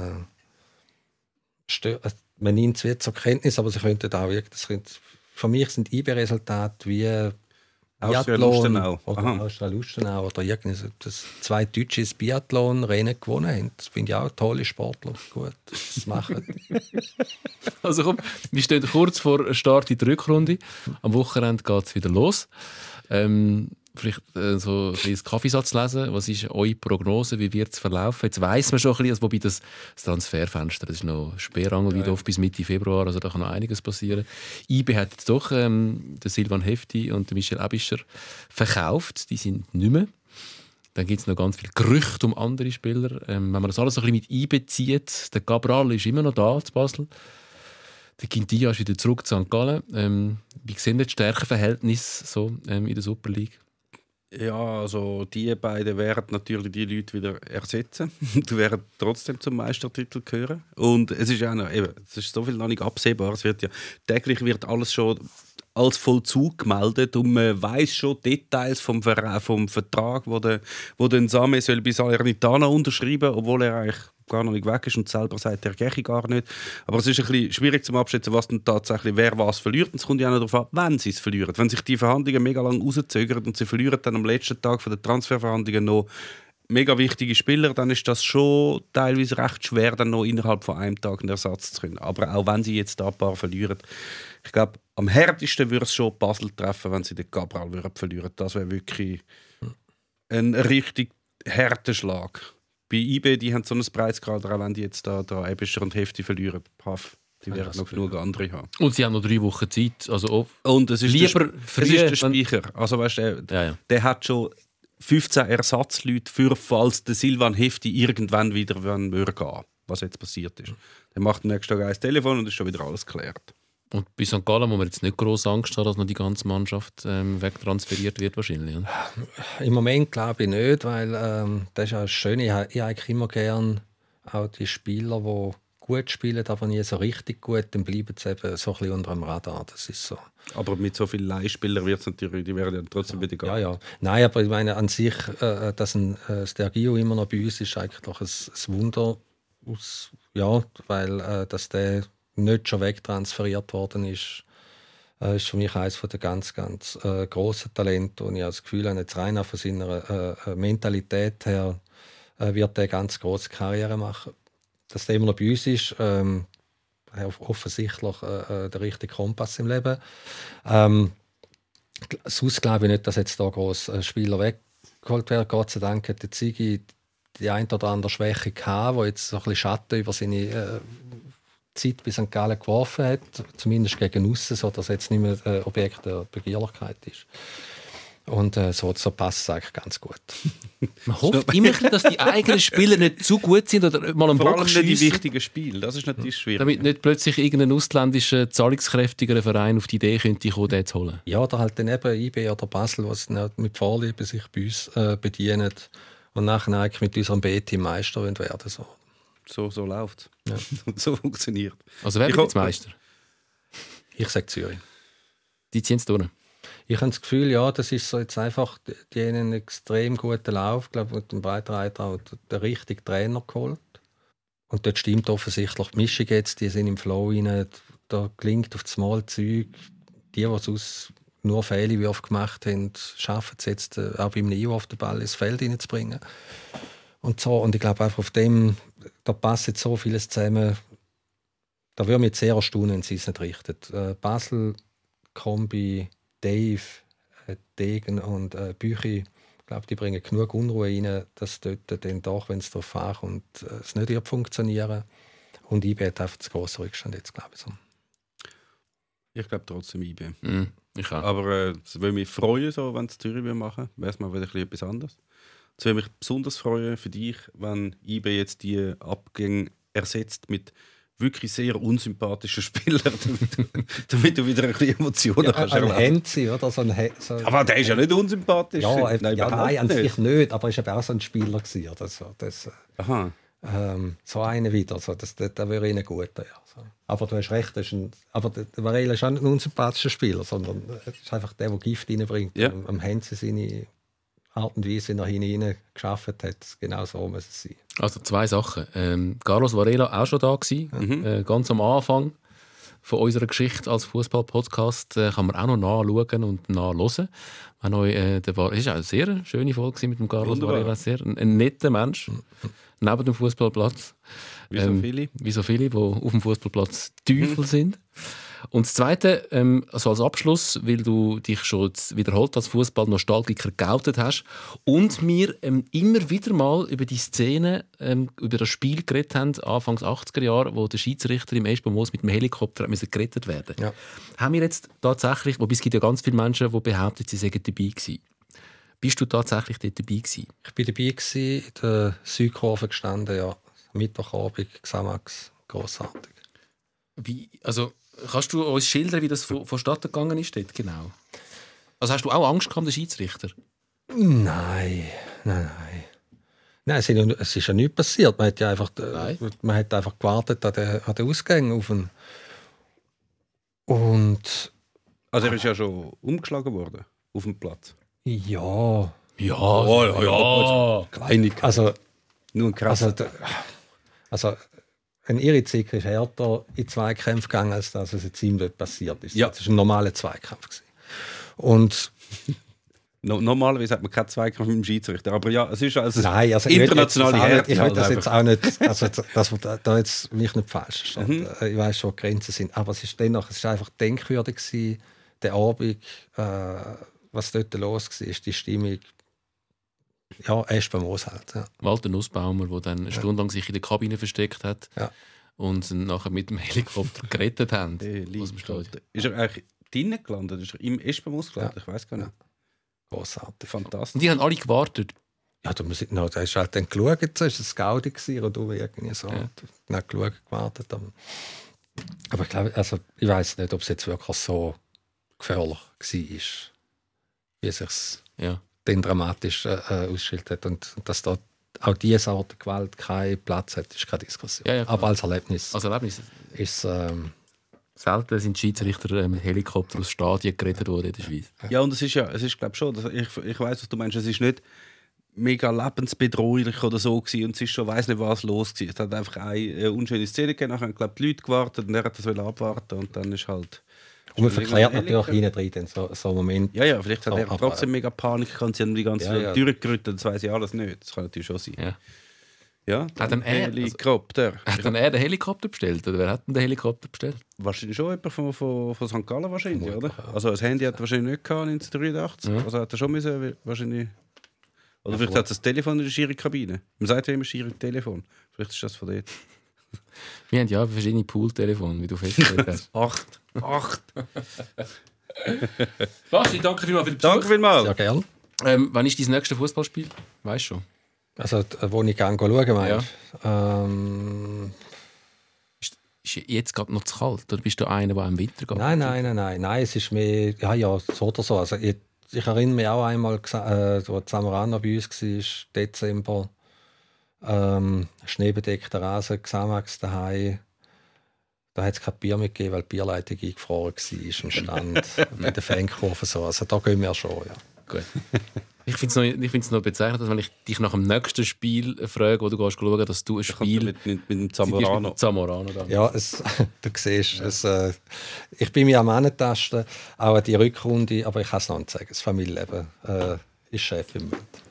man nimmt es wieder zur Kenntnis, aber sie könnten auch für mich sind IB-Resultate wie Austria-Lustenau oder das 2 deutsche Biathlon-Rennen gewonnen haben. Das finde ich auch tolle Sportler. Gut, das machen. Also komm, wir stehen kurz vor Start in der Rückrunde. Am Wochenende geht es wieder los. Vielleicht so ein kleines Kaffeesatz lesen. Was ist eure Prognose? Wie wird es verlaufen? Jetzt weiss man schon ein bisschen, also wobei das Transferfenster, das ist noch Sperrangel wieder oft bis Mitte Februar, also da kann noch einiges passieren. IB hat jetzt doch den Silvan Hefti und den Michel Abischer verkauft. Die sind nicht mehr. Dann gibt es noch ganz viele Gerüchte um andere Spieler. Wenn man das alles so ein bisschen mit einbezieht, der Cabral ist immer noch da zu Basel. Der Quintilla ist wieder zurück zu St. Gallen. Wie sehen die Stärkenverhältnisse so in der Super League? Ja, also die beiden werden natürlich die Leute wieder ersetzen. Die werden trotzdem zum Meistertitel gehören. Und es ist ja noch, es ist so viel noch nicht absehbar. Es wird ja täglich wird alles schon als Vollzug gemeldet und man weiss schon Details vom Vertrag, wo der Same soll bei Salernitana unterschreiben, obwohl er eigentlich gar noch nicht weg ist und selber sagt, er gehe gar nicht. Aber es ist ein bisschen schwierig zu abschätzen, was dann tatsächlich wer was verliert. Und es kommt ja auch noch darauf an, wenn sie es verlieren. Wenn sich die Verhandlungen mega lang rauszögern und sie verlieren dann am letzten Tag der Transferverhandlungen noch mega wichtige Spieler, dann ist das schon teilweise recht schwer, dann noch innerhalb von einem Tag einen Ersatz zu können. Aber auch wenn sie jetzt da ein paar verlieren, ich glaube, am härtesten würde es schon Basel treffen, wenn sie den Cabral verlieren. Das wäre wirklich ein richtig harter Schlag. Bei IB, die haben so ein Breitengrad, auch wenn die jetzt da Ebischer und Hefti verlieren. Paff, die werden noch genug andere haben. Und sie haben noch 3 Wochen Zeit. Also und es ist lieber es ist der Speicher. Also weißt du, der hat schon 15 Ersatzleute für, falls der Silvan Hefti irgendwann wieder gehen würde, was jetzt passiert ist. Der macht am nächsten Tag ein Telefon und ist schon wieder alles geklärt. Und bei St. Gallen muss man jetzt nicht gross Angst haben, dass noch die ganze Mannschaft wegtransferiert wird wahrscheinlich. Oder? Im Moment glaube ich nicht, weil das ist ja schön. Ich eigentlich immer gerne auch die Spieler, die gut spielen, aber nie so richtig gut, dann bleiben sie eben so ein bisschen unter dem Radar. Das ist so. Aber mit so vielen Leihspielern wird es natürlich, die werden ja trotzdem wieder gehen. Ja. Nein, aber ich meine an sich, dass ein Stergio immer noch bei uns ist, eigentlich doch ein Wunder. Weil dass der nicht schon wegtransferiert worden ist für mich eines der ganz, ganz grossen Talente. Und ich habe das Gefühl, jetzt rein von seiner Mentalität her wird er eine ganz grosse Karriere machen. Dass der immer noch bei uns ist, offensichtlich der richtige Kompass im Leben. Sonst glaube ich nicht, dass jetzt da gross Spieler weggeholt werden. Gott sei Dank hat der Ziggy die ein oder andere Schwäche gehabt, die jetzt so ein bisschen Schatten über seine Zeit bei St. Gallen geworfen hat, zumindest gegen aussen, sodass er jetzt nicht mehr Objekt der Begierlichkeit ist. Und so passt es eigentlich ganz gut. Man hofft immer, dass die eigenen Spieler nicht zu gut sind oder mal einen Vor allem Bock nicht die schiessen, wichtigen Spiele, das ist natürlich schwierig. damit nicht plötzlich irgendein ausländischer, zahlungskräftigerer Verein auf die Idee könnte kommen, den zu holen. Ja, oder halt dann eben IB oder Basel, die sich mit Vorliebe sich bei uns bedienen und nachher eigentlich mit unserem B-Team Meister werden. So läuft es. Ja. So funktioniert. Also wer wird jetzt Meister? Ich sage Zürich. Die ziehen es durch. Ich habe das Gefühl, ja, das ist so jetzt einfach, die haben einen extrem guten Lauf. Ich glaube, mit dem Breitenreiter auch den richtigen Trainer geholt. Und dort stimmt offensichtlich die Mischung jetzt, die sind im Flow rein. Da gelingt auf das Mal Zeug. Die sonst nur Fehlwürfe gemacht haben, schaffen es jetzt auch beim Neo auf den Ball ins Feld reinzubringen. Und so. Und ich glaube einfach auf dem, da passt jetzt so vieles zusammen. Da würde mich sehr erstaunen, wenn sie es nicht richtet. Basel, Kombi, Dave, Degen und Büchi, ich glaube, die bringen genug Unruhe rein, dass dort dann doch, wenn es darauf ankommt, es nicht wird funktionieren. Und IB hat einfach zu grossen Rückstand jetzt, glaube ich. So. Ich glaube trotzdem IB. Ich auch. Aber es würde mich freuen, so, wenn es Zürich machen, wäre es mal wieder etwas anderes. Es würde mich besonders freuen für dich, wenn IB jetzt die Abgänge ersetzt mit wirklich sehr unsympathischen Spielern, damit du wieder ein bisschen Emotionen kannst erleben. Ein Henzi, oder? So Aber der ist ja nicht unsympathisch. Ja, nein, an sich nicht, aber er war eben auch so ein Spieler gewesen, oder so. Aha. So einer wieder, so, das wäre ihnen gut. Ja, so. Aber du hast recht, aber der Varela ist auch nicht ein unsympathischer Spieler, sondern es ist einfach der Gift reinbringt. Ja. Am Henzi seine Art und Weise, wie er hinein geschafft hat, genau so muss es sein. Also 2 Sachen. Carlos Varela auch schon da gewesen, ganz am Anfang von unserer Geschichte als Fußball-Podcast kann man auch noch nachschauen und nachhören. Es war eine sehr schöne Folge mit dem Carlos Varela, sehr ein netter Mensch neben dem Fußballplatz. Wie so viele, die auf dem Fußballplatz Teufel sind. Und das Zweite, also als Abschluss, weil du dich schon wiederholt als Fußball-Nostalgiker geoutet hast und wir immer wieder mal über die Szene, über das Spiel geredet haben, Anfangs 80er Jahre, wo der Schiedsrichter im Eschborn-Moos mit dem Helikopter gerettet werden musste. Ja. Haben wir jetzt tatsächlich, wobei es gibt ja ganz viele Menschen, die behaupten, sie seien dabei gewesen. Bist du tatsächlich dort dabei gewesen? Ich war dabei gewesen, in der Südkurve gestanden, ja. Mittwochabend, Xamax, grossartig. Kannst du uns schildern, wie das vonstatten gegangen ist dort genau? Also hast du auch Angst gehabt, der Schiedsrichter? Nein, es ist ja nichts passiert. Man hat einfach gewartet an den Ausgang. Und Also er ist ja schon umgeschlagen worden auf dem Platz. Ja. Ja. Kleinigkeit. Also, Nur ein krasser. also ein Irrziger ist härter in Zweikämpfe gegangen, als dass es jetzt ihm dort passiert ist. Ja. Das war ein normaler Zweikampf gewesen. Und Normalerweise hat man keinen Zweikampf mit dem Schiedsrichter. Aber ja, es ist also nein, also internationale Härte. ich will halt das einfach. jetzt auch nicht, also dass man da jetzt mich nicht falsch verstanden. Ich weiß schon, wo die Grenzen sind. Aber es ist einfach denkwürdig gewesen, der Abend, was dort los war, ist die Stimmung. Ja, Espenmoos halt. Ja. Walter Nussbaumer, der dann eine Stunde lang sich in der Kabine versteckt hat und nachher mit dem Helikopter gerettet haben. Aus dem Stadion. Ist er eigentlich drinnen gelandet? Ist er im Espenmoos gelandet? Ich weiß gar nicht. Grossartig. Fantastisch. Und die haben alle gewartet. Ja, da hast du halt dann geschaut, so ist es Gaudi gewesen, oder du irgendwie so. Ja. Nicht geschaut, gewartet. Aber ich glaube, also ich weiß nicht, ob es jetzt wirklich so gefährlich war, wie es sich dann dramatisch ausgestellt hat. Und dass da auch diese Art der Gewalt keinen Platz hat, ist keine Diskussion. Ja, aber als Erlebnis ist selten sind Schiedsrichter mit Helikopter aus Stadien gerettet worden in der Schweiz. Ja, und es ist glaube schon, ich weiß, was du meinst, es ist nicht mega lebensbedrohlich oder so gewesen, und es ist schon, weiss nicht, was los gewesen. Es hat einfach eine unschöne Szene gegeben, nachher haben, glaube die Leute gewartet und er hat das abwarten und dann ist halt... Und man verklärt natürlich hinten drin so einen Moment. Ja, vielleicht hat er trotzdem mega Panik gehabt, sie haben die ganze Zeit durchgerüttelt, das weiss ich alles nicht. Das kann natürlich schon sein. Ja, hat dann Helikopter. Hat dann er den Helikopter bestellt? Oder wer hat denn den Helikopter bestellt? Wahrscheinlich schon jemand von St. Gallen wahrscheinlich, oder? Also das Handy hat er wahrscheinlich nicht gehabt 1983. Also hat er schon müssen, wahrscheinlich... Oder vielleicht hat er das Telefon in der Schiri-Kabine. Man sagt ja immer Schiri-Telefon. Vielleicht ist das von dort. Wir haben ja verschiedene Pool-Telefone, wie du festgestellt hast. 8. Basti, danke vielmals für den Besuch. Danke vielmals. Ja, gern. Wann ist dein nächstes Fußballspiel? Weißt du schon? Also, wo ich gerne schauen meinst. Ist jetzt gerade noch zu kalt? Oder bist du einer, der im Winter geht? Nein, es ist mehr, ja, so oder so. Also, ich erinnere mich auch einmal, wo Zamorano bei uns war, Dezember, schneebedeckter Rasen, Xamax daheim. Da hat es kein Bier mehr gegeben, weil die Bierleitung eingefroren war im Stand bei der Fankurve. So. Also da gehen wir schon, ja. Gut. Ich finde es noch bezeichnend, dass wenn ich dich nach dem nächsten Spiel frage, wo du gehst schauen, dass du ein Spiel mit dem Zamorano. Ja, du siehst, ich bin mir am Antasten, auch an die Rückrunde, aber ich kann es noch nicht sagen. Das Familienleben ist Chef im Moment.